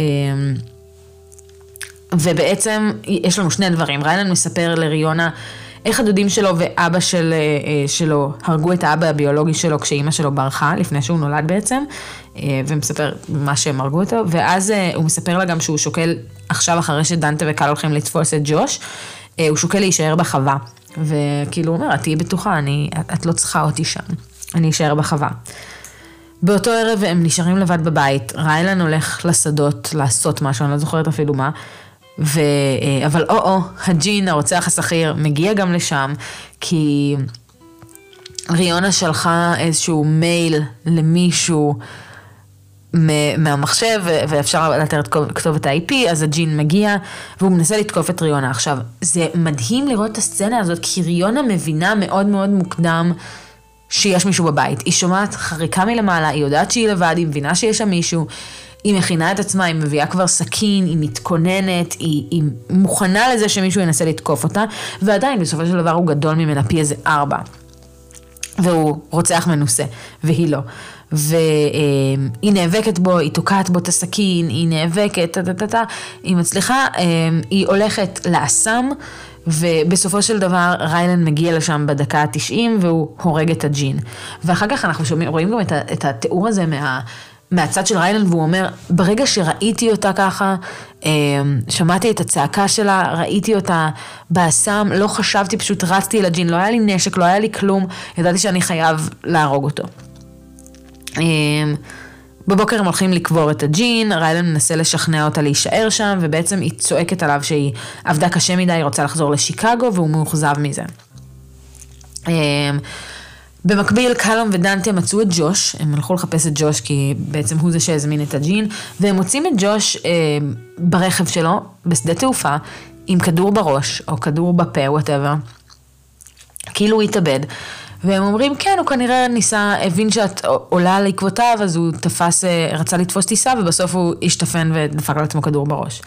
ובעצם יש לנו שני דברים. ריילן מספר לריונה איך הדודים שלו ואבא של, שלו הרגו את האבא הביולוגי שלו כשאימא שלו ברחה, לפני שהוא נולד בעצם, ומספר מה שהם הרגו אותו, ואז הוא מספר לה גם שהוא שוקל, עכשיו אחרי שדנטה וקל הולכים לתפוס את ג'וש, הוא שוקל להישאר בחווה, וכאילו הוא אומר, את תהיי בטוחה, אני, את לא צריכה אותי שם, אני אשאר בחווה. באותו ערב הם נשארים לבד בבית, ריילן הולך לשדות לעשות משהו, אני לא זוכרת אפילו מה, ו... אבל או-או, הג'ין, הרוצח השכיר, מגיע גם לשם, כי ריונה שלחה איזשהו מייל למישהו מהמחשב, ואפשר לתאר את כתובת ה-איי פי, אז הג'ין מגיע, והוא מנסה לתקוף את ריונה. עכשיו, זה מדהים לראות את הסצנה הזאת, כי ריונה מבינה מאוד מאוד מוקדם, שיש מישהו בבית. היא שומעת חריקה מלמעלה, היא יודעת שהיא לבד, היא מבינה שיש שם מישהו, היא מכינה את עצמה, היא מביאה כבר סכין, היא מתכוננת, היא, היא מוכנה לזה שמישהו ינסה לתקוף אותה, ועדיין בסופו של דבר הוא גדול ממנה פי איזה ארבע. והוא רוצח מנוסה, והיא לא. והיא נאבקת בו, היא תוקעת בו את הסכין, היא נאבקת, טטטטה, היא מצליחה, היא הולכת לאסם, ובסופו של דבר ריילן מגיע לשם בדקה ה-תשעים, והוא הורג את הג'ין. ואחר כך אנחנו שומעים, רואים גם את, את התיאור הזה מה, מהצד של ריילן, והוא אומר, ברגע שראיתי אותה ככה, שמעתי את הצעקה שלה, ראיתי אותה באסם, לא חשבתי, פשוט רצתי לג'ין, לא היה לי נשק, לא היה לי כלום, ידעתי שאני חייב להרוג אותו. בבוקר הם הולכים לקבור את הג'ין, ריילן מנסה לשכנע אותה להישאר שם, ובעצם היא צועקת עליו שהיא עבדה קשה מדי, היא רוצה לחזור לשיקגו, והוא מאוכזב מזה. במקביל, קלום ודנטה מצאו את ג'וש, הם הלכו לחפש את ג'וש, כי בעצם הוא זה שהזמין את הג'ין, והם מוצאים את ג'וש ברכב שלו, בשדה תעופה, עם כדור בראש, או כדור בפה, whatever, כאילו הוא התאבד. והם אומרים, כן, הוא כנראה ניסה, הבין שאת עולה על עקבותיו, אז הוא תפס, רצה לתפוס טיסה, ובסוף הוא השתפן ודפק על עצמו כדור בראש.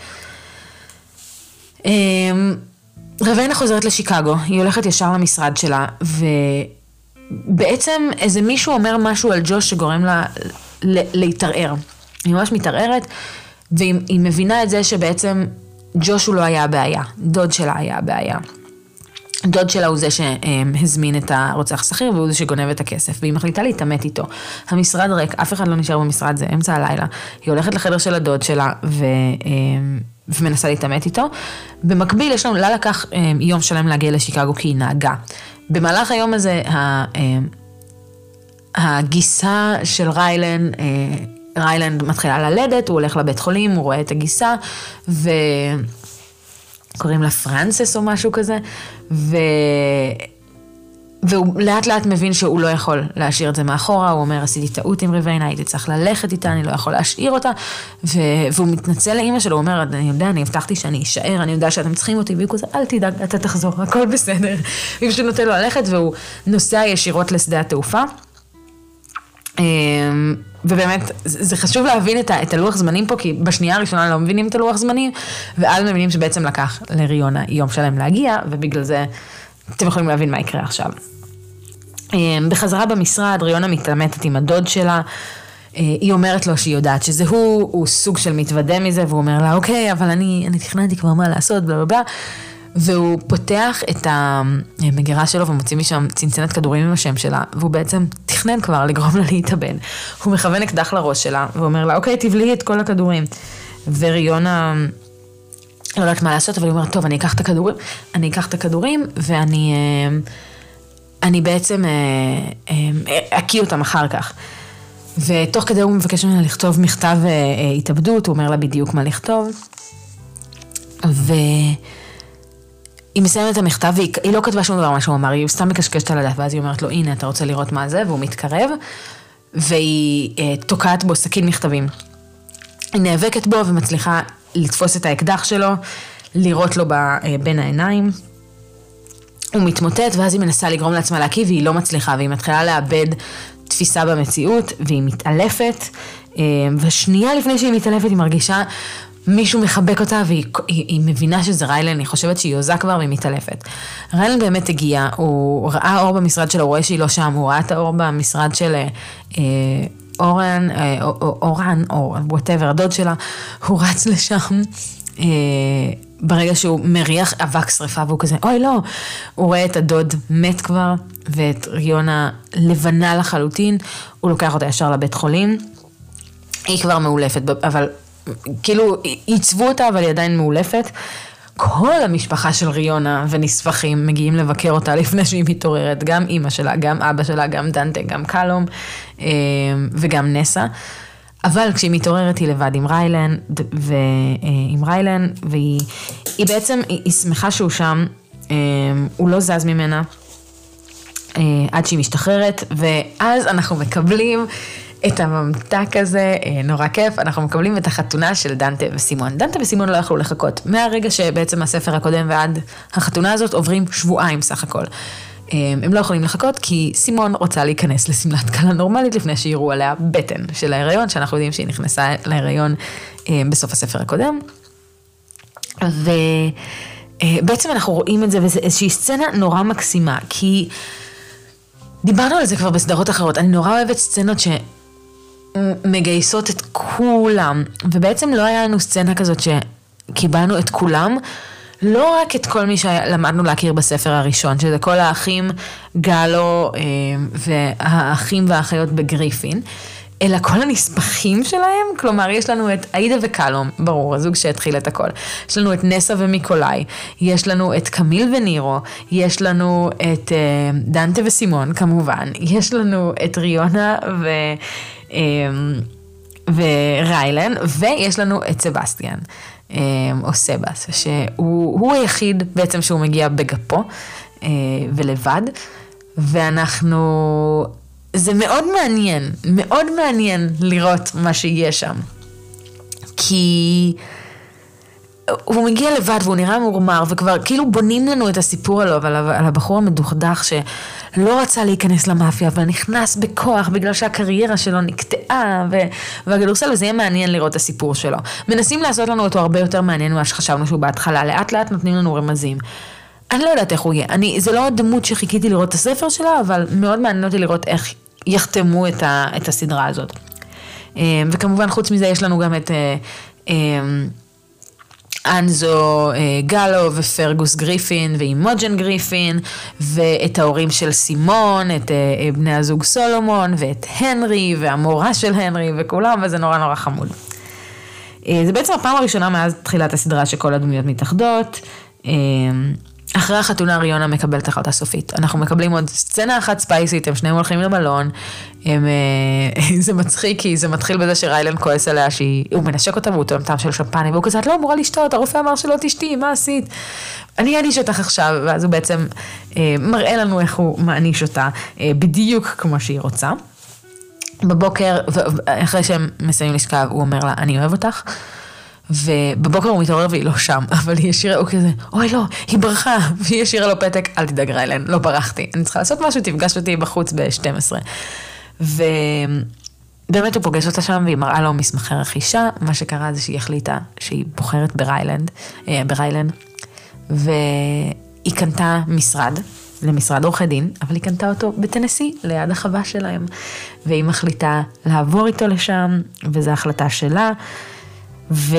רווינה חוזרת לשיקגו, היא הולכת ישר למשרד שלה, ובעצם איזה מישהו אומר משהו על ג'וש שגורם לה להתערער. היא ממש מתערערת, והיא מבינה את זה שבעצם ג'וש הוא לא היה הבעיה, דוד שלה היה הבעיה. דוד שלה הוא זה שהזמין את הרוצח שכיר, והוא זה שגונב את הכסף, והיא מחליטה להתאמת איתו. המשרד ריק, אף אחד לא נשאר במשרד, זה אמצע הלילה. היא הולכת לחדר של הדוד שלה, ומנסה להתאמת איתו. במקביל יש לנו, לה לקח יום שלם להגיע לשיקגו כי היא נהגה. במהלך היום הזה, הגיסה של ריילן, ריילנד מתחילה ללדת, הוא הולך לבית חולים, הוא רואה את הגיסה, וקוראים לה פרנסס או משהו כזה, ו... והוא לאט לאט מבין שהוא לא יכול להשאיר את זה מאחורה, הוא אומר, עשיתי טעות עם ריביינה, הייתי צריך ללכת איתה, אני לא יכול להשאיר אותה, ו... והוא מתנצל לאמא שלו, הוא אומר, אני יודע, אני הבטחתי שאני אשאר, אני יודע שאתם צריכים אותי, והוא כזה, אל תדאג, אתה תחזור, הכל בסדר. הוא פשוט נותן לו ללכת, והוא נוסע ישירות לשדה התעופה, ובאמת, זה חשוב להבין את, את הלוח זמנים פה, כי בשנייה הראשונה לא מבינים את הלוח זמנים, ואז מבינים שבעצם לקח לריונה יום שלם להגיע, ובגלל זה אתם יכולים להבין מה יקרה עכשיו. בחזרה במשרד, ריונה מתעמתת עם הדוד שלה, היא אומרת לו שהיא יודעת שזה הוא, הוא סוג של מתוודה מזה, והוא אומר לה, אוקיי, אבל אני, אני תכננתי כבר מה לעשות, בלה בלה בלה, והוא פותח את המגירה שלו ומוציא משם צנצנת כדורים עם השם שלה, והוא בעצם תכנן כבר לגרום לה להתאבד. הוא מכוון אקדח לראש שלה, ואומר לה, אוקיי, תבליעי את כל הכדורים. וריונה לא יודעת מה לעשות, אבל היא אומרת, טוב, אני אקח את הכדורים, אני אקח את הכדורים, ואני אני בעצם אקיא אותם אחר כך. ותוך כדי הוא מבקש ממנה לכתוב מכתב התאבדות, הוא אומר לה בדיוק מה לכתוב, ו... היא מסיימת את המכתב, והיא לא כתבה שום דבר מה שהוא אמר, היא סתם מקשקשת על הדף, ואז היא אומרת לו, הנה, אתה רוצה לראות מה זה, והוא מתקרב, והיא אה, תוקעת בו סכין מכתבים. היא נאבקת בו ומצליחה לתפוס את האקדח שלו, לראות לו ב, אה, בין העיניים, הוא מתמוטט, ואז היא מנסה לגרום לעצמה להקיא, והיא לא מצליחה, והיא מתחילה לאבד תפיסה במציאות, והיא מתעלפת, אה, ושנייה לפני שהיא מתעלפת, היא מרגישה, מישהו מחבק אותה, והיא היא, היא מבינה שזה ריילן, היא חושבת שהיא עוזה כבר והיא מתעלפת. ריילן באמת הגיע, הוא ראה אור במשרד שלו, הוא רואה שהיא לא שם, הוא ראה את האור במשרד של אה, אורן, אה, אורן, או whatever, הדוד שלה, הוא רץ לשם, אה, ברגע שהוא מריח אבק שריפה, והוא כזה, אוי לא, הוא רואה את הדוד מת כבר, ואת ריונה לבנה לחלוטין, הוא לוקח אותה ישר לבית חולים, היא כבר מעולפת, אבל כאילו, ייצבו אותה, אבל היא עדיין מעולפת. כל המשפחה של ריונה ונספחים מגיעים לבקר אותה לפני שהיא מתעוררת, גם אמא שלה, גם אבא שלה, גם דנטה, גם קלום, וגם נסה. אבל כשהיא מתעוררת היא לבד עם ריילן, ועם ריילן, והיא היא בעצם, היא, היא שמחה שהוא שם, הוא לא זז ממנה, עד שהיא משתחררת, ואז אנחנו מקבלים את הממתק הזה, נורא כיף, אנחנו מקבלים את החתונה של דנטה וסימון. דנטה וסימון לא יכלו לחכות. מהרגע שבעצם הספר הקודם ועד החתונה הזאת עוברים שבועיים סך הכל. הם לא יכולים לחכות כי סימון רוצה להיכנס לסמלת כלה נורמלית לפני שיראו עליה בטן של ההיריון, שאנחנו יודעים שהיא נכנסה להיריון בסוף הספר הקודם. ובעצם אנחנו רואים את זה, וזו איזושהי סצנה נורא מקסימה, כי דיברנו על זה כבר בסדרות אחרות. אני נורא אוהבת סצנות ש... מגייסות את כולם, ובעצם לא היה לנו סצנה כזאת שקיבלנו את כולם, לא רק את כל מי שלמדנו להכיר בספר הראשון, שזה כל האחים גלו והאחים והאחיות בגריפין, אלא כל הנספחים שלהם, כלומר יש לנו את עידה וקלום, ברור, הזוג שהתחיל את הכל, יש לנו את נסה ומיקולאי, יש לנו את קמיל ונירו, יש לנו את דנטה וסימון כמובן, יש לנו את ריונה ו... וריילן, ויש לנו את סבסטיאן, או סבס, שהוא היחיד בעצם שהוא מגיע בגפו, ולבד, ואנחנו, זה מאוד מעניין, מאוד מעניין לראות מה שיהיה שם, כי הוא מגיע לבד והוא נראה מורמר, וכבר כאילו בונים לנו את הסיפור עליו, על, על הבחור המדוכדך שלא רצה להיכנס למאפיה, אבל נכנס בכוח בגלל שהקריירה שלו נקטעה, ו, והגדורסל, וזה יהיה מעניין לראות את הסיפור שלו. מנסים לעשות לנו אותו הרבה יותר מעניין ממה שחשבנו שהוא בהתחלה, לאט לאט נותנים לנו רמזים. אני לא יודעת איך הוא יהיה, אני, זה לא הדמות שחיכיתי לראות את הספר שלה, אבל מאוד מעניין אותי לראות איך יחתמו את, ה, את הסדרה הזאת. וכמובן חוץ מזה יש לנו גם את... אנזו גלו ופרגוס גריפין ואימוג'ן גריפין, ואת ההורים של סימון, את בני הזוג סולומון, ואת הנרי והמורה של הנרי וכולם, וזה נורא נורא חמוד. זה בעצם הפעם הראשונה מאז תחילת הסדרה שכל הדמויות מתאחדות. אחרי החתונה ריונה מקבלת החלטה סופית. אנחנו מקבלים עוד סצנה אחת ספייסית, הם שניהם הולכים למלון, הם, זה מצחיק, כי זה מתחיל בזה שריילן כועס עליה, שהוא מנשק אותה והוא טועם טעם של שמפני, והוא כזה, את לא אמורה לשתות, הרופא אמר שלא תשתי, מה עשית? אני אעניש אותך עכשיו, ואז הוא בעצם מראה לנו איך הוא מעניש אותה, בדיוק כמו שהיא רוצה. בבוקר, אחרי שהם מסיימים לשכב, הוא אומר לה, אני אוהב אותך, ובבוקר הוא מתעורר והיא לא שם, אבל היא השאירה, הוא כזה, אוי לא, היא ברחה, והיא השאירה לו פתק, אל תדאג ריילן, לא ברחתי, אני צריכה לעשות משהו, תפגש אותי בחוץ ב-שתים עשרה. ובאמת הוא פוגש אותה שם, והיא מראה לו מסמכי רכישה, מה שקרה זה שהיא החליטה שהיא בוחרת בריילנד, בריילן, והיא קנתה משרד, למשרד עורכי דין, אבל היא קנתה אותו בטנסי, ליד החווה שלהם, והיא מחליטה לעבור איתו לשם, וזו החלטה שלה, ו...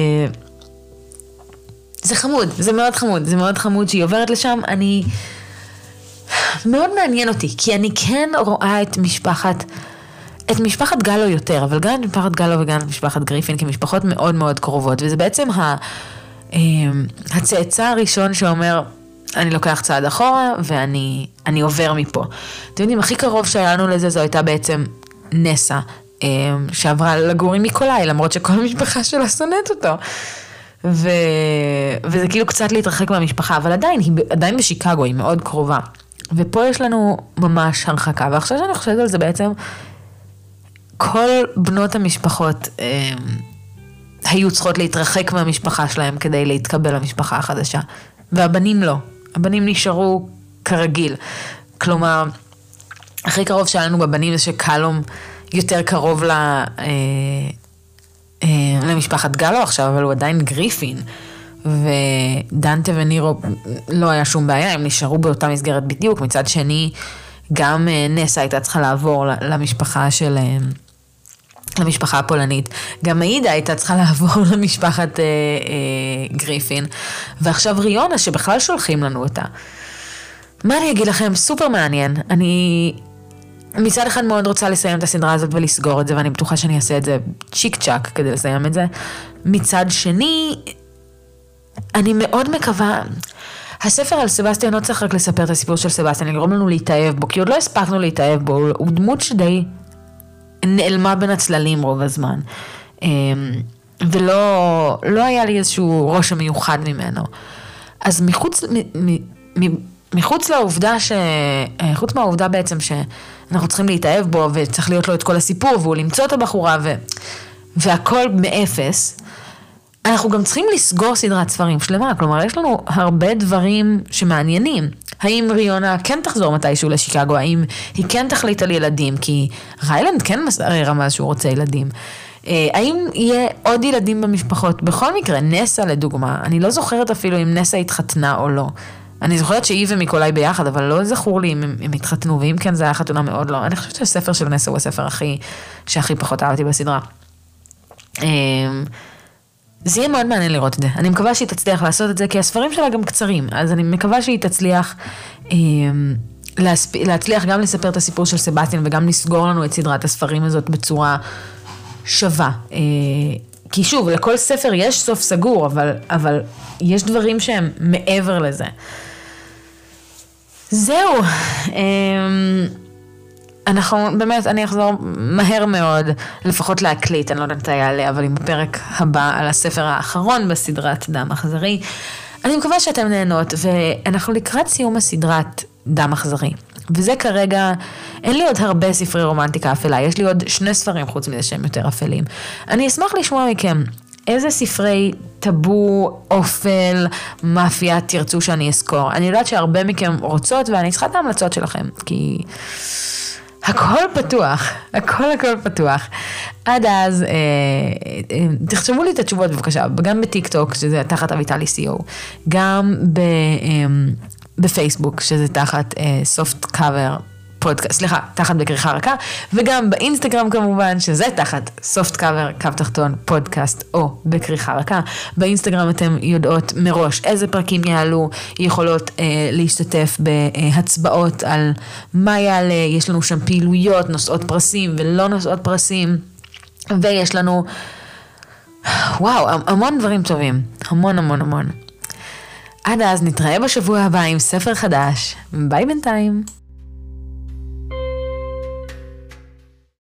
זה חמוד, זה מאוד חמוד, זה מאוד חמוד שהיא עוברת לשם, אני... מאוד מעניין אותי, כי אני כן רואה את משפחת, את משפחת גלו יותר, אבל גם את משפחת גלו וגם את משפחת גריפין, כמשפחות מאוד מאוד קרובות, וזה בעצם ה... הצאצא הראשון שאומר, אני לוקח צעד אחורה, ואני אני עובר מפה. אתם יודעים, הכי קרוב שהיה לנו לזה, זו הייתה בעצם נסה, שעברה לגור עם ניקולאי, למרות שכל המשפחה שלה שונאת אותו. ו... וזה כאילו קצת להתרחק מהמשפחה, אבל עדיין, היא עדיין בשיקגו, היא מאוד קרובה. ופה יש לנו ממש הרחקה, ועכשיו שאני חושבת על זה בעצם, כל בנות המשפחות אה, היו צריכות להתרחק מהמשפחה שלהם, כדי להתקבל למשפחה החדשה. והבנים לא. הבנים נשארו כרגיל. כלומר, הכי קרוב שלנו בבנים זה שקלום יותר קרוב ל, אה, אה, למשפחת גלו עכשיו, אבל הוא עדיין גריפין, ודנטה ונירו לא היה שום בעיה, הם נשארו באותה מסגרת בדיוק. מצד שני, גם אה, נסה הייתה צריכה לעבור למשפחה של... אה, למשפחה הפולנית. גם מעידה הייתה צריכה לעבור למשפחת אה, אה, גריפין, ועכשיו ריונה שבכלל שולחים לנו אותה. מה אני אגיד לכם? סופר מעניין. אני מצד אחד מאוד רוצה לסיים את הסדרה הזאת ולסגור את זה, ואני בטוחה שאני אעשה את זה צ'יק צ'ק כדי לסיים את זה. מצד שני, אני מאוד מקווה, הספר על סבסטיאן לא צריך רק לספר את הסיפור של סבסטיאן, לגרום לנו להתאהב בו, כי עוד לא הספקנו להתאהב בו, הוא דמות שדי נעלמה בין הצללים רוב הזמן, ולא לא היה לי איזשהו ראש המיוחד ממנו. אז מחוץ, מ, מ, מחוץ לעובדה ש... חוץ מהעובדה בעצם שאנחנו צריכים להתאהב בו, וצריך להיות לו את כל הסיפור, והוא למצוא את הבחורה, ו... והכל מאפס, אנחנו גם צריכים לסגור סדרת ספרים שלמה, כלומר, יש לנו הרבה דברים שמעניינים. האם ריונה כן תחזור מתישהו לשיקגו? האם היא כן תחליט על ילדים? כי ריילנד כן רמז שהוא רוצה ילדים. האם יהיה עוד ילדים במשפחות? בכל מקרה, נסה לדוגמה, אני לא זוכרת אפילו אם נסה התחתנה או לא. אני זוכרת שהיא ומיקולאי ביחד, אבל לא זכור לי אם הם התחתנו, ואם כן זה היה חתונה מאוד לא. אני חושבת שהספר של נסה הוא הספר הכי, שהכי פחות אהבתי בסדרה. זה יהיה מאוד מעניין לראות את זה. אני מקווה שהיא תצליח לעשות את זה, כי הספרים שלה גם קצרים, אז אני מקווה שהיא תצליח להצליח גם לספר את הסיפור של סבסטיאן, וגם לסגור לנו את סדרת הספרים הזאת בצורה שווה. כי שוב, לכל ספר יש סוף סגור, אבל, אבל יש דברים שהם מעבר לזה. זהו. אנחנו, באמת, אני אחזור מהר מאוד, לפחות להקליט, אני לא יודעת מתי יעלה, אבל עם הפרק הבא על הספר האחרון בסדרת דם אכזרי. אני מקווה שאתם נהנות, ואנחנו לקראת סיום הסדרת דם אכזרי. וזה כרגע, אין לי עוד הרבה ספרי רומנטיקה אפלה, יש לי עוד שני ספרים חוץ מזה שהם יותר אפלים. אני אשמח לשמוע מכם איזה ספרי טאבו, אופל, מאפיה תרצו שאני אזכור. אני יודעת שהרבה מכם רוצות, ואני צריכה את ההמלצות שלכם, כי הכל פתוח, הכל הכל פתוח. עד אז, אה, אה, תחשבו לי את התשובות בבקשה, גם בטיק טוק, שזה תחת אביטלי סי או, גם ב... אה, בפייסבוק, שזה תחת סופט קאבר פודקאסט, סליחה, תחת בכריכה רכה, וגם באינסטגרם כמובן, שזה תחת סופט קאבר, קו תחתון, פודקאסט, או בכריכה רכה. באינסטגרם אתם יודעות מראש איזה פרקים יעלו, יכולות אה, להשתתף בהצבעות על מה יעלה, יש לנו שם פעילויות, נושאות פרסים ולא נושאות פרסים, ויש לנו וואו, המון דברים טובים. המון המון המון. עד אז נתראה בשבוע הבא עם ספר חדש. ביי בינתיים.